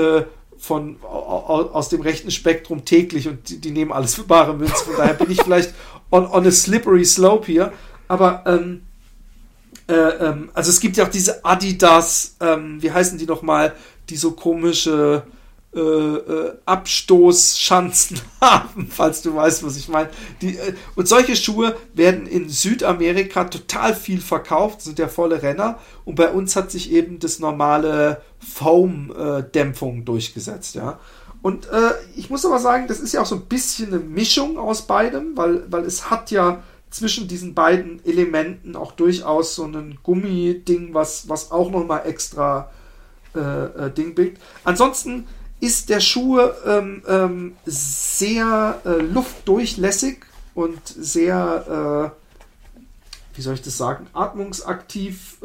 aus dem rechten Spektrum täglich und die nehmen alles für bare Münze, von daher bin ich vielleicht on a slippery slope hier, aber also es gibt ja auch diese Adidas, wie heißen die nochmal, die so komische Abstoßschanzen haben, falls du weißt, was ich meine. Und solche Schuhe werden in Südamerika total viel verkauft, sind ja volle Renner. Und bei uns hat sich eben das normale Foam-Dämpfung durchgesetzt, ja. Und ich muss aber sagen, das ist ja auch so ein bisschen eine Mischung aus beidem, weil es hat ja zwischen diesen beiden Elementen auch durchaus so ein Gummiding, was auch nochmal extra Ding bildet. Ansonsten ist der Schuh sehr luftdurchlässig und sehr, wie soll ich das sagen, atmungsaktiv,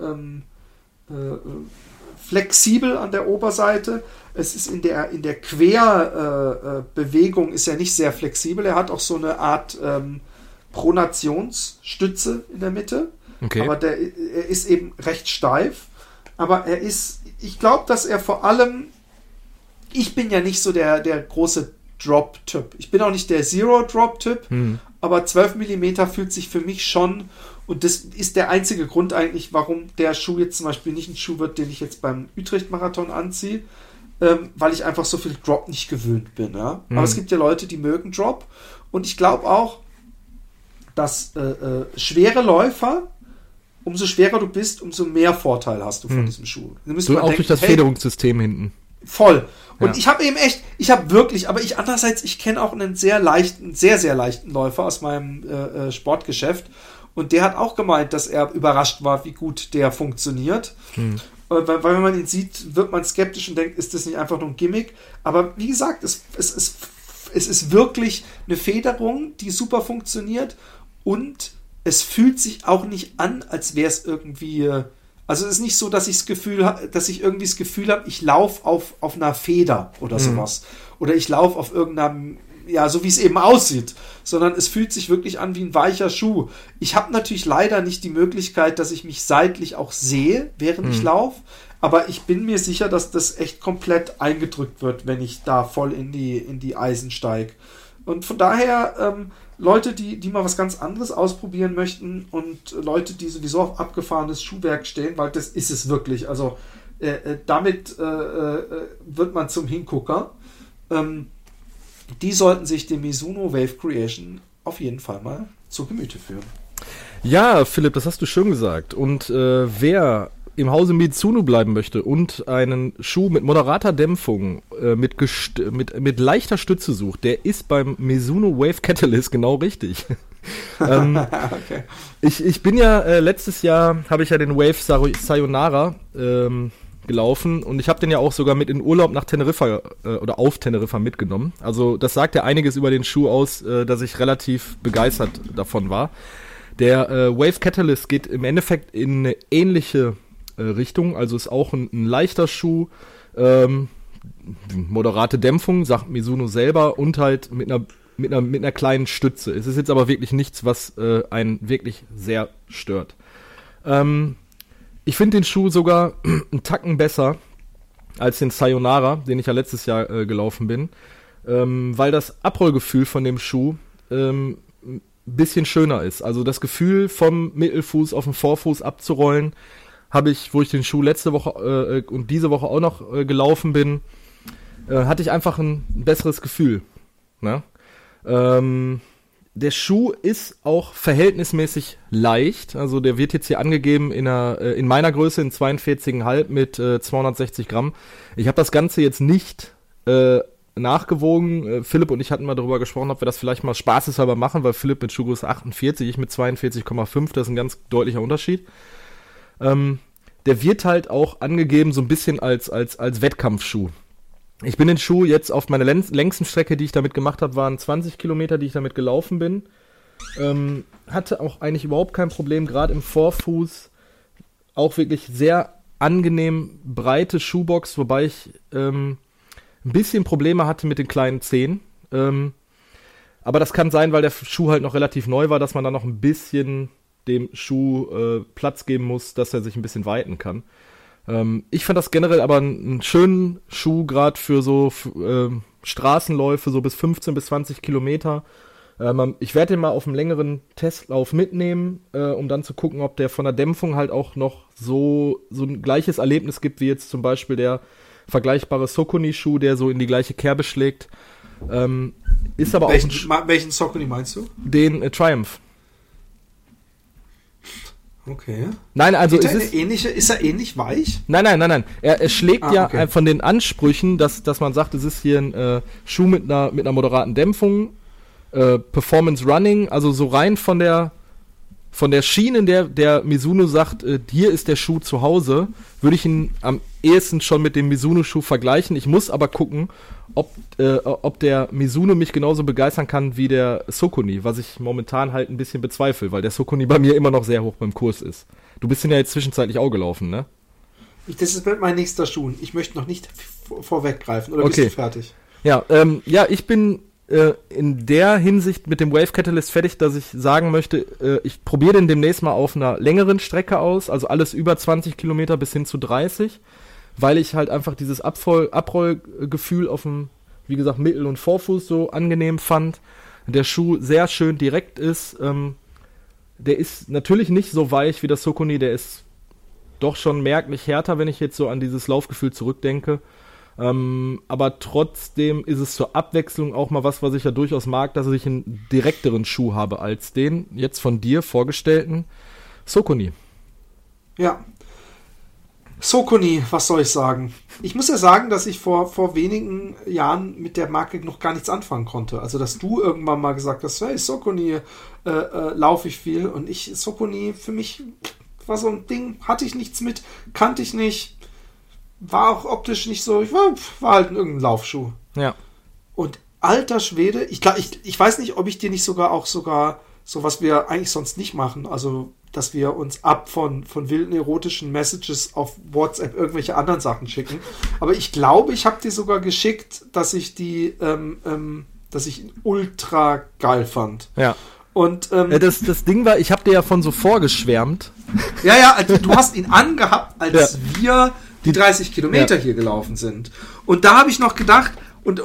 flexibel an der Oberseite. Es ist in der Querbewegung ist er nicht sehr flexibel. Er hat auch so eine Art Pronationsstütze in der Mitte. Okay. Aber er ist eben recht steif. Aber ich glaube, dass er vor allem, ich bin ja nicht so der große Drop-Typ. Ich bin auch nicht der Zero-Drop-Typ, aber 12 mm fühlt sich für mich schon, und das ist der einzige Grund eigentlich, warum der Schuh jetzt zum Beispiel nicht ein Schuh wird, den ich jetzt beim Utrecht-Marathon anziehe, weil ich einfach so viel Drop nicht gewöhnt bin. Ja? Aber es gibt ja Leute, die mögen Drop, und ich glaube auch, dass schwere Läufer, umso schwerer du bist, umso mehr Vorteil hast du von diesem Schuh. So auch denken, durch das Federungssystem hinten. Voll. Und ich habe andererseits, ich kenne auch einen sehr sehr leichten Läufer aus meinem Sportgeschäft, und der hat auch gemeint, dass er überrascht war, wie gut der funktioniert. Weil wenn man ihn sieht, wird man skeptisch und denkt, ist das nicht einfach nur ein Gimmick? Aber wie gesagt, es ist wirklich eine Federung, die super funktioniert, und es fühlt sich auch nicht an, als wäre es irgendwie. Also es ist nicht so, dass ich irgendwie das Gefühl habe, ich laufe auf einer Feder oder sowas. Oder ich laufe auf irgendeiner so wie es eben aussieht, sondern es fühlt sich wirklich an wie ein weicher Schuh. Ich habe natürlich leider nicht die Möglichkeit, dass ich mich seitlich auch sehe, während ich laufe, aber ich bin mir sicher, dass das echt komplett eingedrückt wird, wenn ich da voll in die Eisen steige. Und von daher, Leute, die mal was ganz anderes ausprobieren möchten und Leute, die sowieso auf abgefahrenes Schuhwerk stehen, weil das ist es wirklich, also damit wird man zum Hingucker. Die sollten sich den Mizuno Wave Creation auf jeden Fall mal zu Gemüte führen. Ja, Philipp, das hast du schön gesagt. Und wer im Hause Mizuno bleiben möchte und einen Schuh mit moderater Dämpfung, mit leichter Stütze sucht, der ist beim Mizuno Wave Catalyst genau richtig. Okay. Ich bin ja, letztes Jahr habe ich ja den Wave Sayonara gelaufen und ich habe den ja auch sogar mit in Urlaub nach Teneriffa oder auf Teneriffa mitgenommen. Also das sagt ja einiges über den Schuh aus, dass ich relativ begeistert davon war. Der Wave Catalyst geht im Endeffekt in eine ähnliche Richtung, also ist auch ein leichter Schuh, moderate Dämpfung, sagt Mizuno selber, und halt mit einer kleinen Stütze. Es ist jetzt aber wirklich nichts, was einen wirklich sehr stört. Ich finde den Schuh sogar einen Tacken besser als den Sayonara, den ich ja letztes Jahr gelaufen bin, weil das Abrollgefühl von dem Schuh ein bisschen schöner ist. Also das Gefühl, vom Mittelfuß auf den Vorfuß abzurollen, habe ich, wo ich den Schuh letzte Woche und diese Woche auch noch gelaufen bin, hatte ich einfach ein besseres Gefühl. Ne? Der Schuh ist auch verhältnismäßig leicht, also der wird jetzt hier angegeben in meiner Größe in 42,5 mit 260 Gramm. Ich habe das Ganze jetzt nicht nachgewogen. Philipp und ich hatten mal darüber gesprochen, ob wir das vielleicht mal spaßeshalber machen, weil Philipp mit Schuhgröße 48, ich mit 42,5, das ist ein ganz deutlicher Unterschied. Der wird halt auch angegeben so ein bisschen als Wettkampfschuh. Ich bin den Schuh jetzt auf meiner längsten Strecke, die ich damit gemacht habe, waren 20 Kilometer, die ich damit gelaufen bin. Hatte auch eigentlich überhaupt kein Problem, gerade im Vorfuß. Auch wirklich sehr angenehm breite Schuhbox, wobei ich ein bisschen Probleme hatte mit den kleinen Zehen. Aber das kann sein, weil der Schuh halt noch relativ neu war, dass man da noch ein bisschen dem Schuh Platz geben muss, dass er sich ein bisschen weiten kann. Ich fand das generell aber einen schönen Schuh, gerade für so Straßenläufe, so bis 15 bis 20 Kilometer. Ich werde den mal auf einem längeren Testlauf mitnehmen, um dann zu gucken, ob der von der Dämpfung halt auch noch so ein gleiches Erlebnis gibt, wie jetzt zum Beispiel der vergleichbare Saucony-Schuh, der so in die gleiche Kerbe schlägt. Ist aber welchen Saucony meinst du? Den Triumph. Okay. Nein, also ist er ähnlich weich? Nein. Er schlägt okay. Von den Ansprüchen, dass man sagt, es ist hier ein Schuh mit einer moderaten Dämpfung, Performance Running, also so rein von der Schiene, der Mizuno sagt, hier ist der Schuh zu Hause, würde ich ihn am ehesten schon mit dem Mizuno-Schuh vergleichen. Ich muss aber gucken, ob der Mizuno mich genauso begeistern kann wie der Saucony, was ich momentan halt ein bisschen bezweifle, weil der Saucony bei mir immer noch sehr hoch beim Kurs ist. Du bist ihn ja jetzt zwischenzeitlich auch gelaufen, ne? Das ist mein nächster Schuh. Ich möchte noch nicht vorweggreifen. Oder bist du fertig? Ja, ich bin in der Hinsicht mit dem Wave Catalyst fertig, dass ich sagen möchte, ich probiere den demnächst mal auf einer längeren Strecke aus, also alles über 20 Kilometer bis hin zu 30, weil ich halt einfach dieses Abrollgefühl auf dem, wie gesagt, Mittel- und Vorfuß so angenehm fand. Der Schuh sehr schön direkt ist. Der ist natürlich nicht so weich wie das Saucony, der ist doch schon merklich härter, wenn ich jetzt so an dieses Laufgefühl zurückdenke. Aber trotzdem ist es zur Abwechslung auch mal was ich ja durchaus mag, dass ich einen direkteren Schuh habe als den jetzt von dir vorgestellten Saucony. Ja. Saucony, was soll ich sagen? Ich muss ja sagen, dass ich vor wenigen Jahren mit der Marke noch gar nichts anfangen konnte. Also, dass du irgendwann mal gesagt hast, hey, Saucony laufe ich viel. Und Saucony für mich war so ein Ding, hatte ich nichts mit, kannte ich nicht. War auch optisch nicht so, war halt irgendein Laufschuh. Ja. Und alter Schwede, ich weiß nicht, ob ich dir nicht sogar so, was wir eigentlich sonst nicht machen, also, dass wir uns von wilden erotischen Messages auf WhatsApp irgendwelche anderen Sachen schicken. Aber ich glaube, ich habe dir sogar geschickt, dass ich die dass ich ihn ultra geil fand. Ja. Und das Ding war, ich habe dir ja von so vorgeschwärmt. Ja, also du hast ihn angehabt, als wir die 30 Kilometer hier gelaufen sind. Und da habe ich noch gedacht, und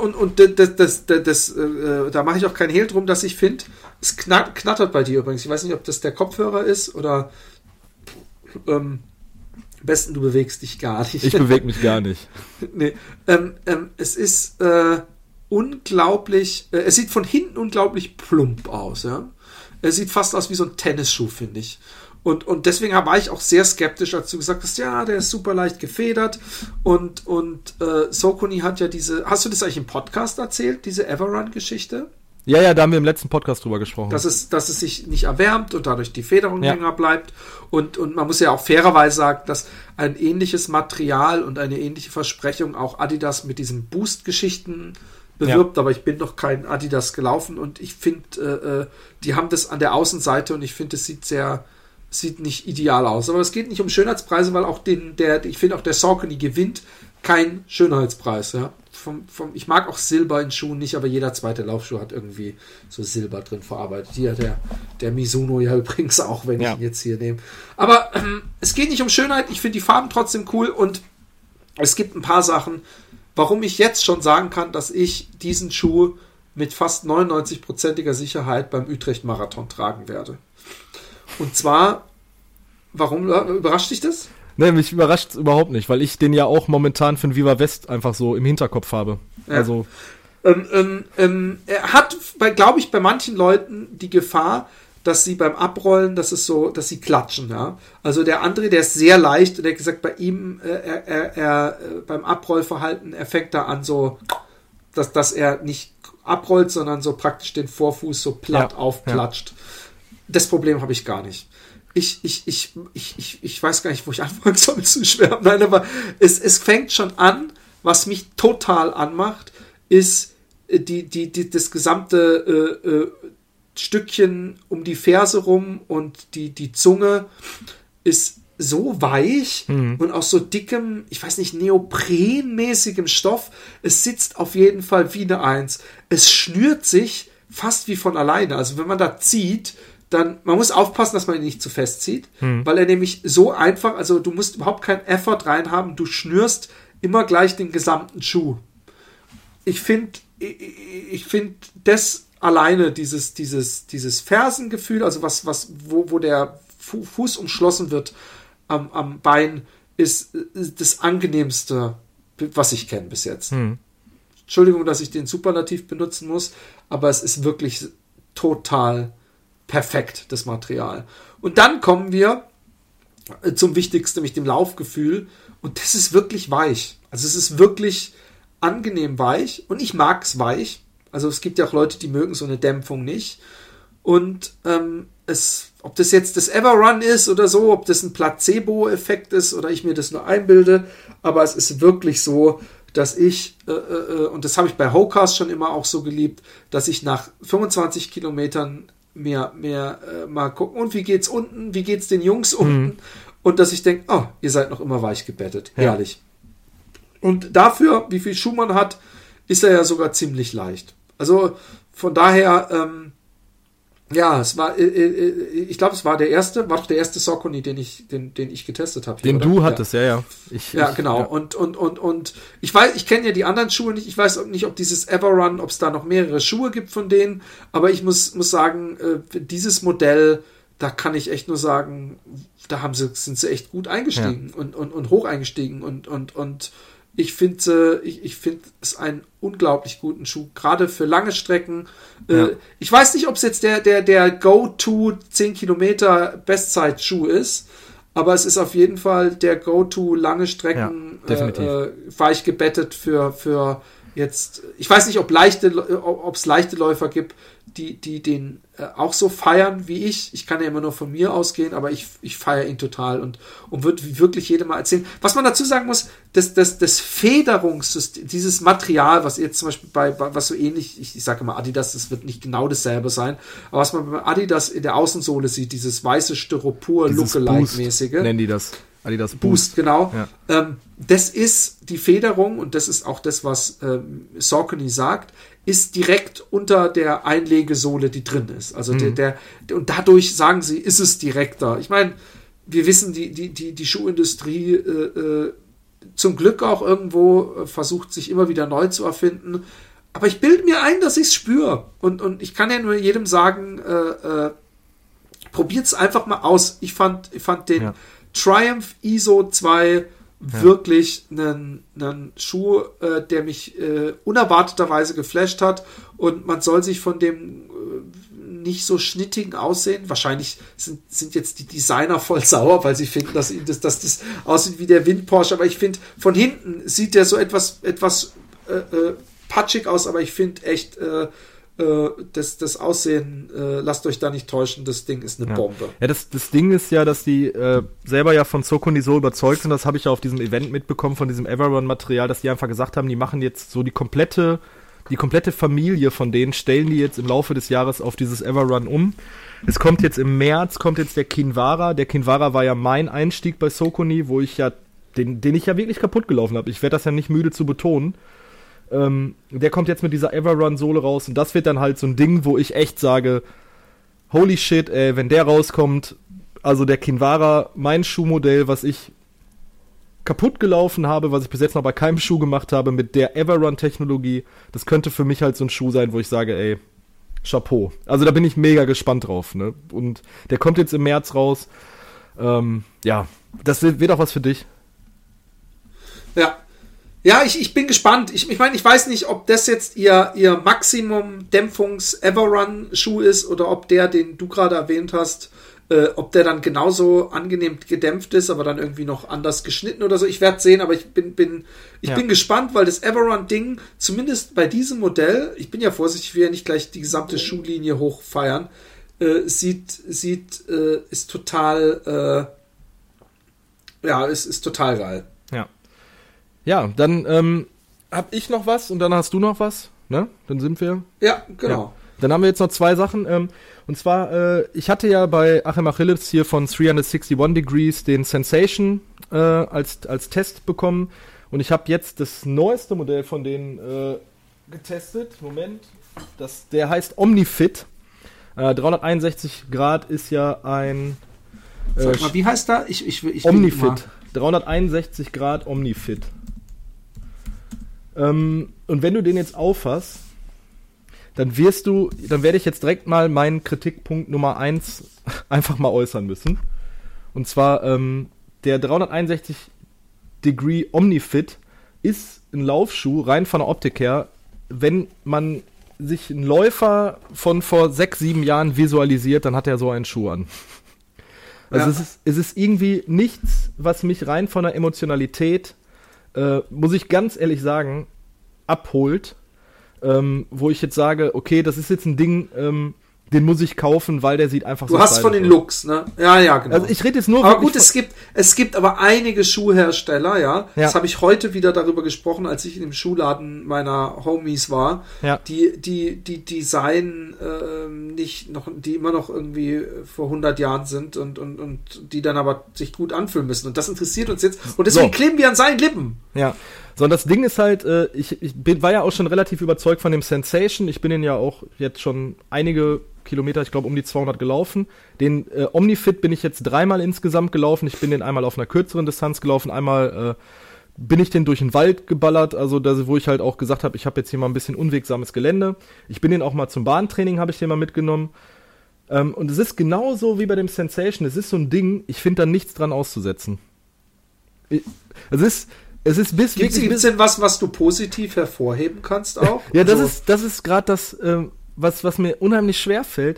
da mache ich auch keinen Hehl drum, dass ich finde, es knattert bei dir übrigens. Ich weiß nicht, ob das der Kopfhörer ist oder am besten du bewegst dich gar nicht. Ich bewege mich gar nicht. Nee. Es ist unglaublich, es sieht von hinten unglaublich plump aus, ja. Es sieht fast aus wie so ein Tennisschuh, finde ich. Und deswegen war ich auch sehr skeptisch, als du gesagt hast, ja, der ist super leicht gefedert. Und Saucony hat ja hast du das eigentlich im Podcast erzählt, diese Everrun-Geschichte? Ja, da haben wir im letzten Podcast drüber gesprochen. Dass es sich nicht erwärmt und dadurch die Federung länger bleibt. Und man muss ja auch fairerweise sagen, dass ein ähnliches Material und eine ähnliche Versprechung auch Adidas mit diesen Boost-Geschichten bewirbt, aber ich bin noch kein Adidas gelaufen und ich finde, die haben das an der Außenseite und ich finde, es sieht nicht ideal aus. Aber es geht nicht um Schönheitspreise, weil auch ich finde auch der Saucony gewinnt kein Schönheitspreis, ja. Ich mag auch Silber in Schuhen nicht, aber jeder zweite Laufschuh hat irgendwie so Silber drin verarbeitet. Hier der Mizuno ja übrigens auch, wenn ich ihn jetzt hier nehme. Aber es geht nicht um Schönheit, ich finde die Farben trotzdem cool und es gibt ein paar Sachen, warum ich jetzt schon sagen kann, dass ich diesen Schuh mit fast 99%iger Sicherheit beim Utrecht-Marathon tragen werde. Und zwar, warum überrascht dich das? Nee, mich überrascht es überhaupt nicht, weil ich den ja auch momentan für den Viva West einfach so im Hinterkopf habe. Ja. Also er hat, glaube ich, bei manchen Leuten die Gefahr, dass sie beim Abrollen, dass sie klatschen, ja. Also der André, der ist sehr leicht und er hat gesagt, bei ihm, beim Abrollverhalten, er fängt da an so, dass er nicht abrollt, sondern so praktisch den Vorfuß so platt aufklatscht. Ja. Das Problem habe ich gar nicht. Ich weiß gar nicht, wo ich anfangen soll zu schwärmen. Nein, aber es fängt schon an, was mich total anmacht, ist das gesamte Stückchen um die Ferse rum und die Zunge ist so weich und aus so dickem, ich weiß nicht, neoprenmäßigem Stoff. Es sitzt auf jeden Fall wie eine Eins. Es schnürt sich fast wie von alleine. Also wenn man da zieht, dann, man muss aufpassen, dass man ihn nicht zu fest zieht, weil er nämlich so einfach, also du musst überhaupt keinen Effort reinhaben, du schnürst immer gleich den gesamten Schuh. Ich finde das alleine, dieses Fersengefühl, also wo der Fuß umschlossen wird am Bein, ist das angenehmste, was ich kenne bis jetzt. Entschuldigung, dass ich den Superlativ benutzen muss, aber es ist wirklich total perfekt, das Material. Und dann kommen wir zum Wichtigsten, nämlich dem Laufgefühl. Und das ist wirklich weich. Also es ist wirklich angenehm weich. Und ich mag es weich. Also es gibt ja auch Leute, die mögen so eine Dämpfung nicht. Und ob das jetzt das Everrun ist oder so, ob das ein Placebo-Effekt ist oder ich mir das nur einbilde, aber es ist wirklich so, dass ich, und das habe ich bei Hokas schon immer auch so geliebt, dass ich nach 25 Kilometern mir mal gucken, und wie geht's unten, wie geht's den Jungs unten, und dass ich denke, oh, ihr seid noch immer weich gebettet, herrlich. Und dafür, wie viel Schuh man hat, ist er ja sogar ziemlich leicht. Also von daher, es war, ich glaube, es war doch der erste Saucony, den ich getestet habe. Den du hattest, ja. Genau. Ja. Und ich kenne ja die anderen Schuhe nicht. Ich weiß nicht, ob dieses Everrun, ob es da noch mehrere Schuhe gibt von denen. Aber ich muss sagen, dieses Modell, da kann ich echt nur sagen, da sind sie echt gut eingestiegen und hoch eingestiegen und ich finde es einen unglaublich guten Schuh, gerade für lange Strecken. Ich weiß nicht, ob es jetzt der Go-To 10 Kilometer Bestzeit-Schuh ist, aber es ist auf jeden Fall der Go-To lange Strecken, weich gebettet für jetzt. Ich weiß nicht, ob es leichte Läufer gibt, die den auch so feiern wie ich. Ich kann ja immer nur von mir ausgehen, aber ich feiere ihn total und würde wirklich jedem mal erzählen. Was man dazu sagen muss, das Federungssystem, dieses Material, was jetzt zum Beispiel was so ähnlich, ich sage immer Adidas, das wird nicht genau dasselbe sein, aber was man bei Adidas in der Außensohle sieht, dieses weiße Styropor, Lookalike-mäßige. Nennen die das. Adidas Boost, genau. Ja. Das ist die Federung, und das ist auch das, was Saucony sagt, ist direkt unter der Einlegesohle, die drin ist. Also und dadurch sagen sie, ist es direkter. Ich meine, wir wissen, die Schuhindustrie zum Glück auch irgendwo versucht, sich immer wieder neu zu erfinden. Aber ich bilde mir ein, dass ich es spüre. Und ich kann ja nur jedem sagen, probiert es einfach mal aus. Ich fand den Triumph ISO 2 wirklich einen Schuh, der mich unerwarteterweise geflasht hat, und man soll sich von dem nicht so schnittigen Aussehen, wahrscheinlich sind jetzt die Designer voll sauer, weil sie finden, dass das aussieht wie der Wind Porsche, aber ich finde, von hinten sieht der so etwas patschig aus, aber ich finde echt, das Aussehen, lasst euch da nicht täuschen, das Ding ist eine Bombe. Ja, das Ding ist ja, dass die selber ja von Saucony so überzeugt sind, das habe ich ja auf diesem Event mitbekommen, von diesem Everrun-Material, dass die einfach gesagt haben, die machen jetzt so die komplette Familie von denen, stellen die jetzt im Laufe des Jahres auf dieses Everrun um. Es kommt jetzt im März, der Kinvara. Der Kinvara war ja mein Einstieg bei Saucony, wo ich ja, den ich ja wirklich kaputt gelaufen habe. Ich werde das ja nicht müde zu betonen. Der kommt jetzt mit dieser Everrun-Sohle raus, und das wird dann halt so ein Ding, wo ich echt sage, holy shit, ey, wenn der rauskommt, also der Kinvara, mein Schuhmodell, was ich kaputt gelaufen habe, was ich bis jetzt noch bei keinem Schuh gemacht habe, mit der Everrun-Technologie, das könnte für mich halt so ein Schuh sein, wo ich sage, ey, Chapeau. Also da bin ich mega gespannt drauf, ne? Und der kommt jetzt im März raus. Ja, das wird auch was für dich. Ja, ich bin gespannt. Ich meine, ich weiß nicht, ob das jetzt ihr Maximum-Dämpfungs-Everrun-Schuh ist, oder ob der, den du gerade erwähnt hast, ob der dann genauso angenehm gedämpft ist, aber dann irgendwie noch anders geschnitten oder so. Ich werde sehen, aber ich bin gespannt, weil das Everrun-Ding, zumindest bei diesem Modell, ich bin ja vorsichtig, ich will ja nicht gleich die gesamte Schuhlinie hochfeiern, ist total, ist total geil. Ja, dann hab ich noch was und dann hast du noch was, ne? Dann sind wir. Ja, genau. Ja. Dann haben wir jetzt noch zwei Sachen. Und zwar, ich hatte ja bei Achim Achilles hier von 361 Degrees den Sensation als Test bekommen. Und ich habe jetzt das neueste Modell von denen getestet. Moment. Der heißt Omnifit. 361 Grad ist ja ein... Sag mal, wie heißt der? Ich Omnifit. 361 Grad Omnifit. Und wenn du den jetzt aufhast, dann werde ich jetzt direkt mal meinen Kritikpunkt Nummer 1 einfach mal äußern müssen. Und zwar, der 361 Degree Omnifit ist ein Laufschuh, rein von der Optik her, wenn man sich einen Läufer von vor 6-7 Jahren visualisiert, dann hat er so einen Schuh an. Also es ist irgendwie nichts, was mich rein von der Emotionalität, muss ich ganz ehrlich sagen, abholt, wo ich jetzt sage, okay, das ist jetzt ein Ding, den muss ich kaufen, weil der sieht einfach so aus. Du hast von den Looks, ne? Ja, genau. Also ich rede jetzt nur... Aber gut, es gibt aber einige Schuhhersteller, ja. Das habe ich heute wieder darüber gesprochen, als ich in dem Schuhladen meiner Homies war, die Design die immer noch irgendwie vor 100 Jahren sind und die dann aber sich gut anfühlen müssen. Und das interessiert uns jetzt. Und deswegen kleben wir an seinen Lippen. Ja. So, und das Ding ist halt, war ja auch schon relativ überzeugt von dem Sensation. Ich bin den ja auch jetzt schon einige Kilometer, ich glaube um die 200 gelaufen. Den Omnifit bin ich jetzt 3-mal insgesamt gelaufen. Ich bin den einmal auf einer kürzeren Distanz gelaufen, einmal bin ich den durch den Wald geballert, also wo ich halt auch gesagt habe, ich habe jetzt hier mal ein bisschen unwegsames Gelände. Ich bin den auch mal zum Bahntraining, habe ich den mal mitgenommen. Und es ist genauso wie bei dem Sensation. Es ist so ein Ding, ich finde da nichts dran auszusetzen. Es ist Gibt's denn was du positiv hervorheben kannst auch? Ja, also, das ist gerade das, was mir unheimlich schwer fällt.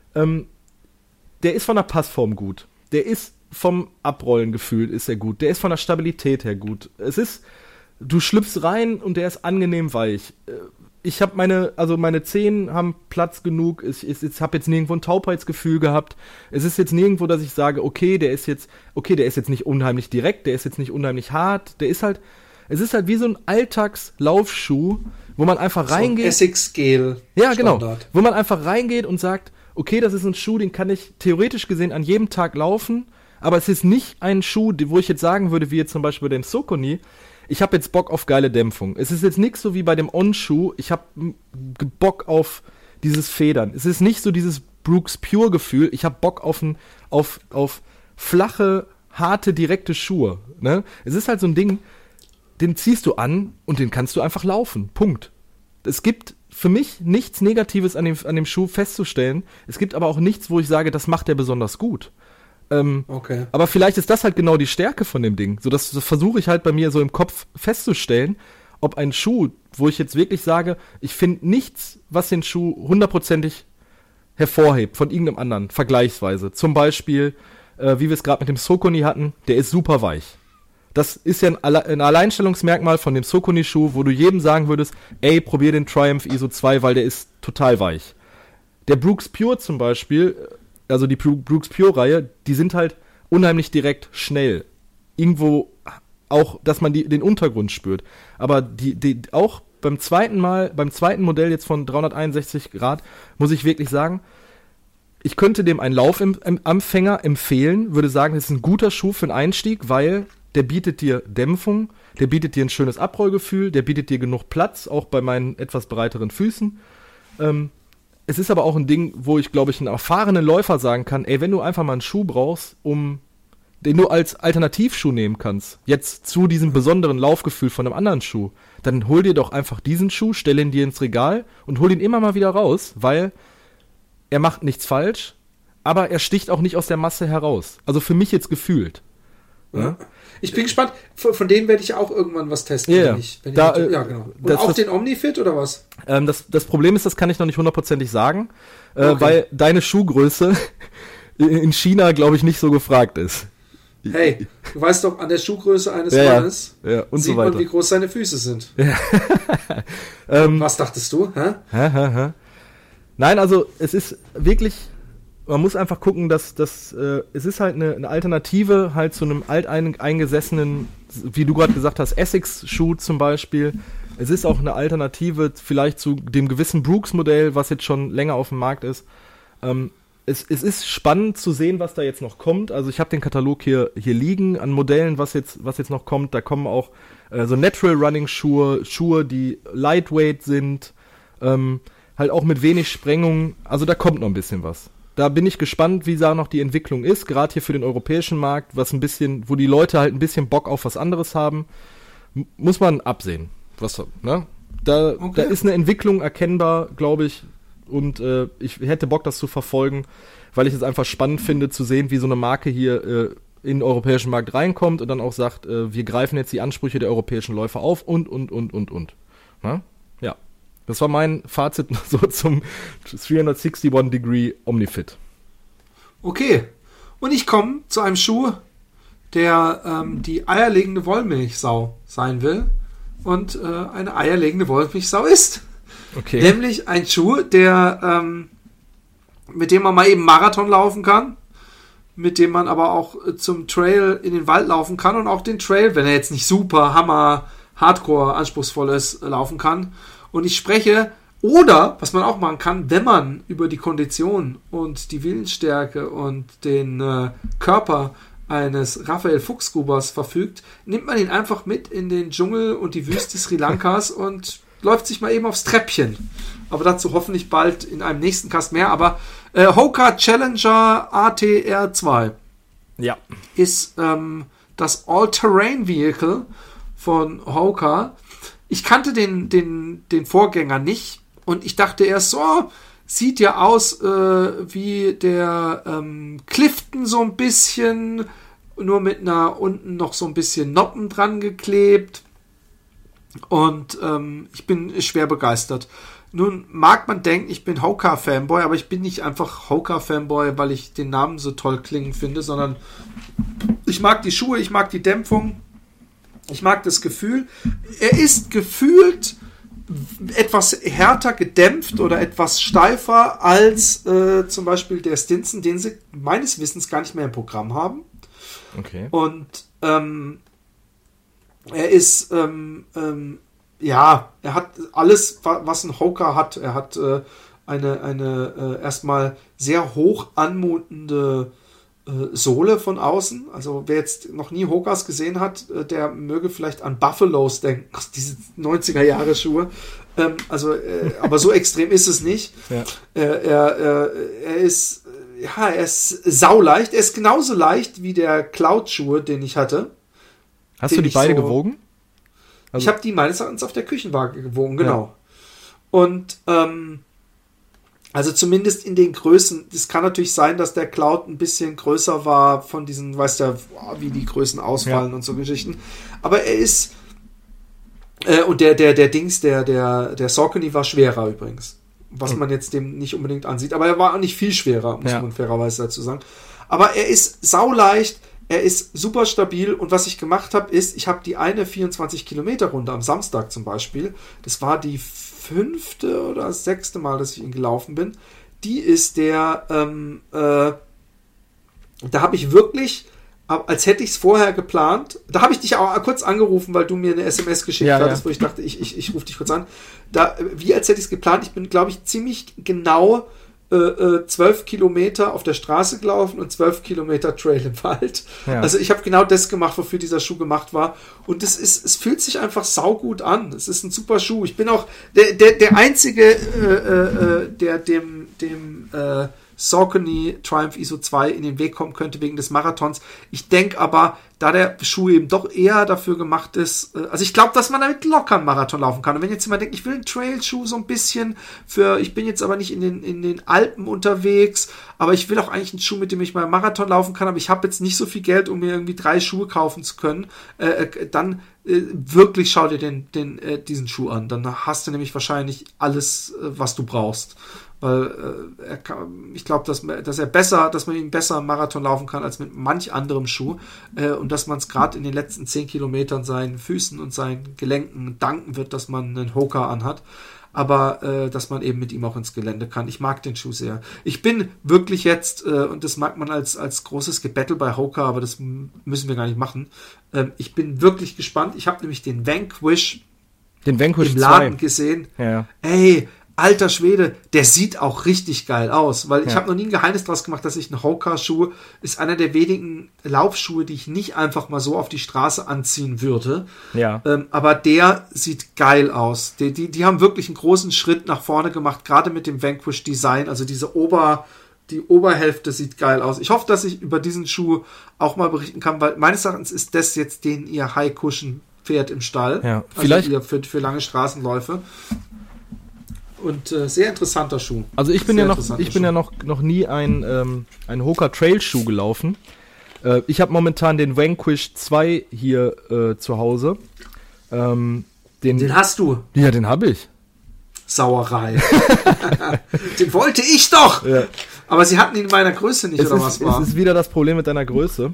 Der ist von der Passform gut. Der ist vom Abrollen gefühlt ist er gut. Der ist von der Stabilität her gut. Du schlüpfst rein und der ist angenehm weich. Ich habe meine Zehen haben Platz genug. Ich habe jetzt nirgendwo ein Taubheitsgefühl gehabt. Es ist jetzt nirgendwo, dass ich sage, okay, der ist jetzt nicht unheimlich direkt, der ist jetzt nicht unheimlich hart. Es ist halt wie so ein Alltagslaufschuh, wo man einfach reingeht. So Essig's-Gel. Ja, genau. Standard. Wo man einfach reingeht und sagt, okay, das ist ein Schuh, den kann ich theoretisch gesehen an jedem Tag laufen, aber es ist nicht ein Schuh, wo ich jetzt sagen würde, wie jetzt zum Beispiel bei dem Saucony, ich habe jetzt Bock auf geile Dämpfung. Es ist jetzt nicht so wie bei dem On-Schuh, ich habe Bock auf dieses Federn. Es ist nicht so dieses Brooks Pure-Gefühl, ich habe Bock auf flache, harte, direkte Schuhe. Ne? Es ist halt so ein Ding, den ziehst du an und den kannst du einfach laufen. Punkt. Es gibt für mich nichts Negatives an dem Schuh festzustellen. Es gibt aber auch nichts, wo ich sage, das macht er besonders gut. Okay. Aber vielleicht ist das halt genau die Stärke von dem Ding. So, das versuche ich halt bei mir so im Kopf festzustellen, ob ein Schuh, wo ich jetzt wirklich sage, ich finde nichts, was den Schuh hundertprozentig hervorhebt von irgendeinem anderen, vergleichsweise. Zum Beispiel, wie wir es gerade mit dem Saucony hatten, der ist super weich. Das ist ja ein Alleinstellungsmerkmal von dem Saucony-Schuh, wo du jedem sagen würdest, ey, probier den Triumph ISO 2, weil der ist total weich. Der Brooks Pure zum Beispiel, also die Brooks Pure-Reihe, die sind halt unheimlich direkt schnell. Irgendwo auch, dass man den Untergrund spürt. Aber die auch beim zweiten Modell jetzt von 361 Grad, muss ich wirklich sagen, ich könnte dem einen Laufanfänger empfehlen, würde sagen, das ist ein guter Schuh für einen Einstieg, weil der bietet dir Dämpfung, der bietet dir ein schönes Abrollgefühl, der bietet dir genug Platz, auch bei meinen etwas breiteren Füßen. Es ist aber auch ein Ding, wo ich, glaube ich, einen erfahrenen Läufer sagen kann, ey, wenn du einfach mal einen Schuh brauchst, den du als Alternativschuh nehmen kannst, jetzt zu diesem besonderen Laufgefühl von einem anderen Schuh, dann hol dir doch einfach diesen Schuh, stell ihn dir ins Regal und hol ihn immer mal wieder raus, weil er macht nichts falsch, aber er sticht auch nicht aus der Masse heraus. Also für mich jetzt gefühlt. Ja. Ich bin gespannt. Von denen werde ich auch irgendwann was testen. Yeah. Ja, genau. Und auch den Omnifit oder was? Das Problem ist, das kann ich noch nicht hundertprozentig sagen, Okay. weil deine Schuhgröße in China, glaube ich, nicht so gefragt ist. Hey, du weißt doch, an der Schuhgröße eines Ja, Mannes ja, und sieht so weiter. man, wie groß seine Füße sind. Was dachtest du? Hä? Nein, also es ist wirklich, man muss einfach gucken, dass es ist halt eine Alternative halt zu einem alteingesessenen, wie du gerade gesagt hast, Essex-Schuh zum Beispiel. Es ist auch eine Alternative vielleicht zu dem gewissen Brooks-Modell, was jetzt schon länger auf dem Markt ist. Es ist spannend zu sehen, was da jetzt noch kommt. Also ich habe den Katalog hier liegen an Modellen, was jetzt noch kommt. Da kommen auch so Natural Running Schuhe, die lightweight sind, halt auch mit wenig Sprengung. Also da kommt noch ein bisschen was. Da bin ich gespannt, wie da noch die Entwicklung ist, gerade hier für den europäischen Markt, wo die Leute halt ein bisschen Bock auf was anderes haben. Muss man absehen. Da ist eine Entwicklung erkennbar, glaube ich. Und ich hätte Bock, das zu verfolgen, weil ich es einfach spannend finde, zu sehen, wie so eine Marke hier in den europäischen Markt reinkommt und dann auch sagt, wir greifen jetzt die Ansprüche der europäischen Läufer auf und. Na? Ja, das war mein Fazit so zum 361-Degree Omnifit. Okay, und ich komme zu einem Schuh, der die eierlegende Wollmilchsau sein will und eine eierlegende Wollmilchsau ist. Okay. Nämlich ein Schuh, der mit dem man mal eben Marathon laufen kann, mit dem man aber auch zum Trail in den Wald laufen kann und auch den Trail, wenn er jetzt nicht super, hammer, hardcore, anspruchsvoll ist, laufen kann. Und ich spreche, oder, was man auch machen kann, wenn man über die Kondition und die Willensstärke und den Körper eines Raphael Fuchsgrubers verfügt, nimmt man ihn einfach mit in den Dschungel und die Wüste Sri Lankas und läuft sich mal eben aufs Treppchen. Aber dazu hoffentlich bald in einem nächsten Cast mehr. Aber Hoka Challenger ATR2 ist das All-Terrain-Vehicle von Hoka. Ich kannte den Vorgänger nicht und ich dachte erst so, sieht ja aus wie der Clifton so ein bisschen, nur mit unten noch so ein bisschen Noppen dran geklebt. Und ich bin schwer begeistert. Nun mag man denken, ich bin Hoka-Fanboy, aber ich bin nicht einfach Hoka-Fanboy, weil ich den Namen so toll klingen finde, sondern ich mag die Schuhe, ich mag die Dämpfung, ich mag das Gefühl. Er ist gefühlt etwas härter gedämpft oder etwas steifer als zum Beispiel der Stinson, den sie meines Wissens gar nicht mehr im Programm haben. Okay. Und er ist, er hat alles, was ein Hoka hat. Er hat eine erstmal sehr hoch anmutende Sohle von außen. Also wer jetzt noch nie Hokas gesehen hat, der möge vielleicht an Buffalos denken, diese 90er-Jahre-Schuhe. Aber so extrem ist es nicht. Ja. Er ist sauleicht. Er ist genauso leicht wie der Cloud-Schuhe, den ich hatte. Hast du die beide gewogen? Ich habe die meines Erachtens auf der Küchenwaage gewogen, genau. Ja. Und also zumindest in den Größen, es kann natürlich sein, dass der Cloud ein bisschen größer war von diesen, weißt du, wie die Größen ausfallen und so Geschichten. Aber er ist und der Saucony war schwerer übrigens. Was man jetzt dem nicht unbedingt ansieht. Aber er war auch nicht viel schwerer, muss man fairerweise dazu sagen. Aber er ist sauleicht, er ist super stabil und was ich gemacht habe, ist, ich habe die eine 24-Kilometer-Runde am Samstag zum Beispiel, das war die 5. oder 6. Mal, dass ich ihn gelaufen bin, die ist da habe ich wirklich, als hätte ich es vorher geplant, da habe ich dich auch kurz angerufen, weil du mir eine SMS geschickt hattest, wo ich dachte, ich rufe dich kurz an, wie als hätte ich es geplant, ich bin, glaube ich, ziemlich genau 12 Kilometer auf der Straße gelaufen und 12 Kilometer Trail im Wald. Ja. Also ich habe genau das gemacht, wofür dieser Schuh gemacht war. Und es fühlt sich einfach saugut an. Es ist ein super Schuh. Ich bin auch der Einzige, der dem Saucony Triumph ISO 2 in den Weg kommen könnte wegen des Marathons. Ich denke aber, da der Schuh eben doch eher dafür gemacht ist, also ich glaube, dass man damit locker einen Marathon laufen kann. Und wenn jetzt jemand denkt, ich will einen Trail-Schuh so ein bisschen ich bin jetzt aber nicht in den Alpen unterwegs, aber ich will auch eigentlich einen Schuh, mit dem ich mal einen Marathon laufen kann, aber ich habe jetzt nicht so viel Geld, um mir irgendwie 3 Schuhe kaufen zu können, dann wirklich schau dir diesen Schuh an. Dann hast du nämlich wahrscheinlich alles, was du brauchst. Weil ich glaube, dass man ihn besser im Marathon laufen kann als mit manch anderem Schuh und dass man es gerade in den letzten 10 Kilometern seinen Füßen und seinen Gelenken danken wird, dass man einen Hoka anhat, aber dass man eben mit ihm auch ins Gelände kann. Ich mag den Schuh sehr. Ich bin wirklich jetzt, und das mag man als großes Gebettel bei Hoka, aber das müssen wir gar nicht machen, ich bin wirklich gespannt. Ich habe nämlich den Vanquish im Laden 2 gesehen. Ja. Ey, alter Schwede, der sieht auch richtig geil aus, weil ich habe noch nie ein Geheimnis draus gemacht, dass ich einen Hoka-Schuh ist einer der wenigen Laufschuhe, die ich nicht einfach mal so auf die Straße anziehen würde. Ja. Aber der sieht geil aus. Die haben wirklich einen großen Schritt nach vorne gemacht, gerade mit dem Vanquish-Design, also die Oberhälfte sieht geil aus. Ich hoffe, dass ich über diesen Schuh auch mal berichten kann, weil meines Erachtens ist das jetzt den ihr High Cushion Pferd im Stall. Ja, vielleicht also für lange Straßenläufe. Und sehr interessanter Schuh. Also ich bin ja noch nie ein Hoka Trail Schuh gelaufen. Ich habe momentan den Vanquish 2 hier zu Hause. Den hast du? Ja, den habe ich. Sauerei. Den wollte ich doch! Ja. Aber sie hatten ihn in meiner Größe nicht, oder was war? Es ist wieder das Problem mit deiner Größe.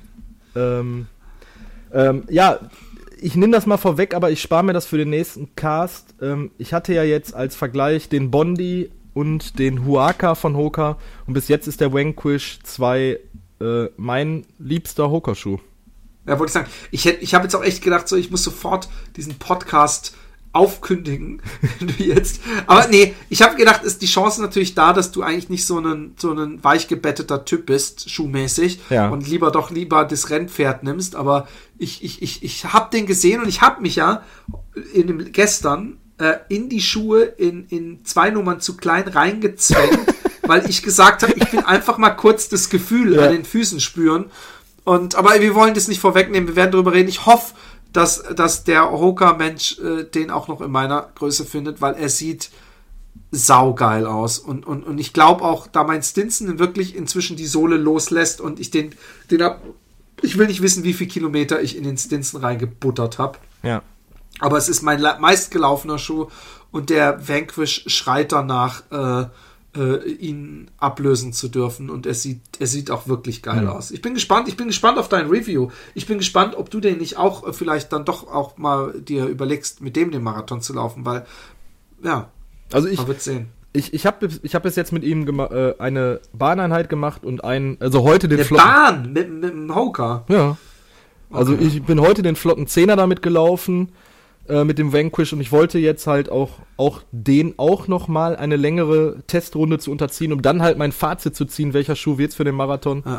Ja, ich nehme das mal vorweg, aber ich spare mir das für den nächsten Cast. Ich hatte ja jetzt als Vergleich den Bondi und den Huaka von Hoka und bis jetzt ist der Vanquish 2 mein liebster Hoka-Schuh. Ja, wollte ich sagen. Ich habe jetzt auch echt gedacht, so ich muss sofort diesen Podcast aufkündigen, wenn du jetzt. Aber nee, ich habe gedacht, ist die Chance natürlich da, dass du eigentlich nicht so ein weichgebetteter Typ bist, schuhmäßig, und lieber das Rennpferd nimmst. Aber ich habe den gesehen und ich habe mich ja gestern in die Schuhe in 2 Nummern zu klein reingezwängt, weil ich gesagt habe, ich will einfach mal kurz das Gefühl an den Füßen spüren. Aber wir wollen das nicht vorwegnehmen, wir werden darüber reden. Ich hoffe, dass der Hoka-Mensch den auch noch in meiner Größe findet, weil er sieht saugeil aus. Und ich glaube auch, da mein Stinson wirklich inzwischen die Sohle loslässt und ich ich will nicht wissen, wie viel Kilometer ich in den Stinson reingebuttert habe. Ja. Aber es ist mein meistgelaufener Schuh und der Vanquish schreit danach, ihn ablösen zu dürfen und er sieht auch wirklich geil aus. Ich bin gespannt auf dein Review. Ich bin gespannt, ob du den nicht auch vielleicht dann doch auch mal dir überlegst, mit dem den Marathon zu laufen, weil also man wird sehen. Ich hab bis jetzt mit ihm eine Bahneinheit gemacht und heute den flotten... Bahn mit dem Hoka? Ja. Also okay. Ich bin heute den flotten 10er damit gelaufen, mit dem Vanquish und ich wollte jetzt halt auch noch mal eine längere Testrunde zu unterziehen, um dann halt mein Fazit zu ziehen, welcher Schuh wird's für den Marathon. Ja.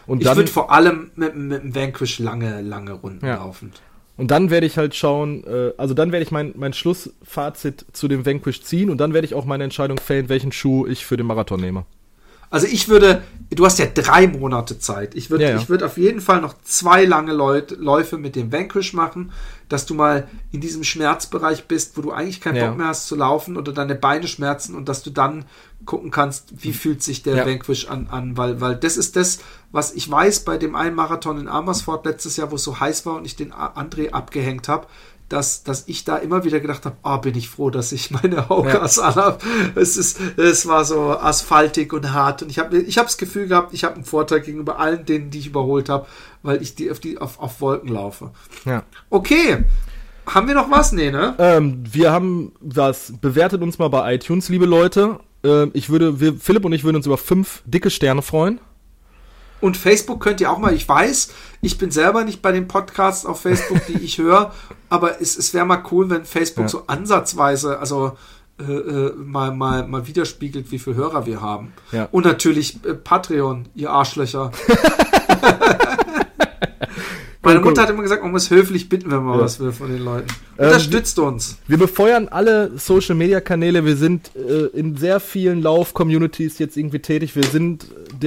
Und ich würde vor allem mit dem Vanquish lange Runden laufen. Und dann werde ich halt schauen, also dann werde ich mein Schlussfazit zu dem Vanquish ziehen und dann werde ich auch meine Entscheidung fällen, welchen Schuh ich für den Marathon nehme. Also du hast ja 3 Monate Zeit. Ich würde auf jeden Fall noch 2 lange Läufe mit dem Vanquish machen, dass du mal in diesem Schmerzbereich bist, wo du eigentlich keinen Bock mehr hast zu laufen oder deine Beine schmerzen und dass du dann gucken kannst, wie fühlt sich der Vanquish an, weil das ist das, was ich weiß bei dem einen Marathon in Amersfoort letztes Jahr, wo es so heiß war und ich den André abgehängt habe, dass ich da immer wieder gedacht habe, bin ich froh, dass ich meine Hokas anhabe. Es war so asphaltig und hart und ich habe das Gefühl gehabt, ich habe einen Vorteil gegenüber allen denen, die ich überholt habe, weil ich auf Wolken laufe. Ja. Okay. Haben wir noch was? Nee, ne? Wir haben was. Bewertet uns mal bei iTunes, liebe Leute. Philipp und ich würden uns über 5 dicke Sterne freuen. Und Facebook könnt ihr auch mal, ich weiß, ich bin selber nicht bei den Podcasts auf Facebook, die ich höre, aber es wäre mal cool, wenn Facebook so ansatzweise, also mal widerspiegelt, wie viele Hörer wir haben. Ja. Und natürlich Patreon, ihr Arschlöcher. Meine Mutter hat immer gesagt, man muss höflich bitten, wenn man was will von den Leuten. Unterstützt uns. Wir befeuern alle Social-Media-Kanäle. Wir sind in sehr vielen Lauf-Communities jetzt irgendwie tätig. Wir sind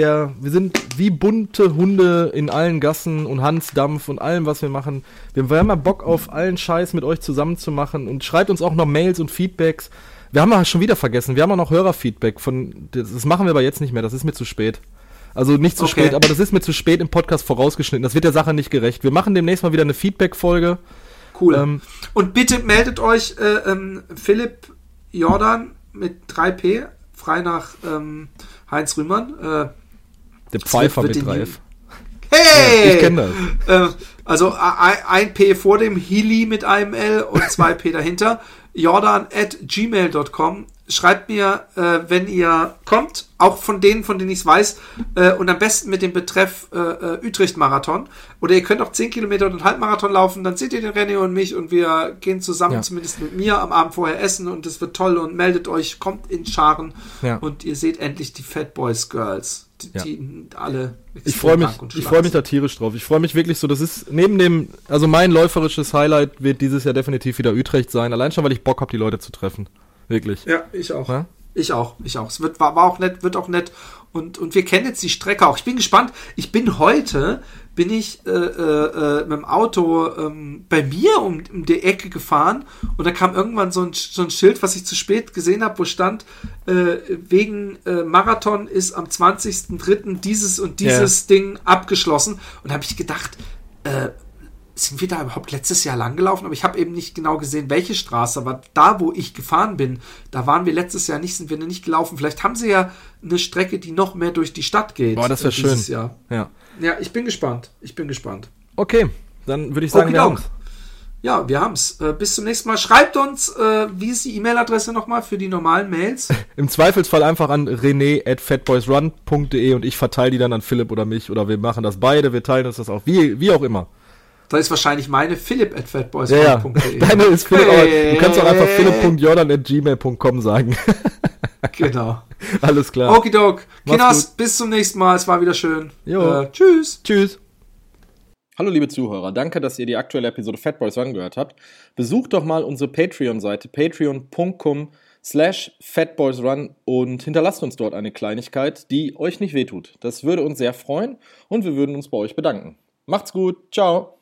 wie bunte Hunde in allen Gassen und Hansdampf und allem, was wir machen. Wir haben mal Bock auf allen Scheiß mit euch zusammen zu machen. Und schreibt uns auch noch Mails und Feedbacks. Wir haben ja schon wieder vergessen. Wir haben auch noch Hörerfeedback. Das machen wir aber jetzt nicht mehr. Das ist mir zu spät. Also nicht zu spät, aber das ist mir zu spät im Podcast vorausgeschnitten. Das wird der Sache nicht gerecht. Wir machen demnächst mal wieder eine Feedback-Folge. Cool. Und bitte meldet euch Philipp Jordan mit 3P, frei nach Heinz Rühmann. Der Pfeifer mit 3F. Hey! Ja, ich kenne das. Also ein P vor dem Hili mit einem L und 2 P dahinter. Jordan@gmail.com. Schreibt mir, wenn ihr kommt, auch von denen ich es weiß, und am besten mit dem Betreff Utrecht-Marathon. Oder ihr könnt auch 10 Kilometer und einen Halbmarathon laufen, dann seht ihr den René und mich und wir gehen zusammen, zumindest mit mir, am Abend vorher essen und es wird toll und meldet euch, kommt in Scharen und ihr seht endlich die Fat Boys Girls. Die alle. Ich freue mich da tierisch drauf. Ich freue mich wirklich so, das ist also mein läuferisches Highlight wird dieses Jahr definitiv wieder Utrecht sein, allein schon, weil ich Bock habe, die Leute zu treffen. Wirklich. Ja, ich auch. Ja? Ich auch. Es wird auch nett. Und wir kennen jetzt die Strecke auch. Ich bin gespannt. Heute bin ich mit dem Auto bei mir um die Ecke gefahren und da kam irgendwann so ein Schild, was ich zu spät gesehen habe, wo stand, wegen Marathon ist am 20.03. dieses und dieses Ding abgeschlossen. Und da habe ich gedacht, sind wir da überhaupt letztes Jahr lang gelaufen? Aber ich habe eben nicht genau gesehen, welche Straße. Aber da, wo ich gefahren bin, da waren wir letztes Jahr sind wir nicht gelaufen. Vielleicht haben sie ja eine Strecke, die noch mehr durch die Stadt geht. Boah, das wäre schön. Jahr. Ja, ich bin gespannt. Okay, dann würde ich sagen, wir haben's. Ja, wir haben's. Bis zum nächsten Mal. Schreibt uns, wie ist die E-Mail-Adresse nochmal für die normalen Mails? Im Zweifelsfall einfach an rene@fatboysrun.de und ich verteile die dann an Philipp oder mich oder wir machen das beide. Wir teilen uns das auch, wie auch immer. Da ist wahrscheinlich meine philipp@fatboysrun.de. Deine ist Philipp, aber du kannst auch einfach philipp.jordan@gmail.com sagen. Genau. Alles klar. Okidok. Kinas, bis zum nächsten Mal. Es war wieder schön. Tschüss. Hallo liebe Zuhörer, danke, dass ihr die aktuelle Episode Fat Boys Run gehört habt. Besucht doch mal unsere Patreon-Seite patreon.com/fatboysrun und hinterlasst uns dort eine Kleinigkeit, die euch nicht wehtut. Das würde uns sehr freuen und wir würden uns bei euch bedanken. Macht's gut. Ciao.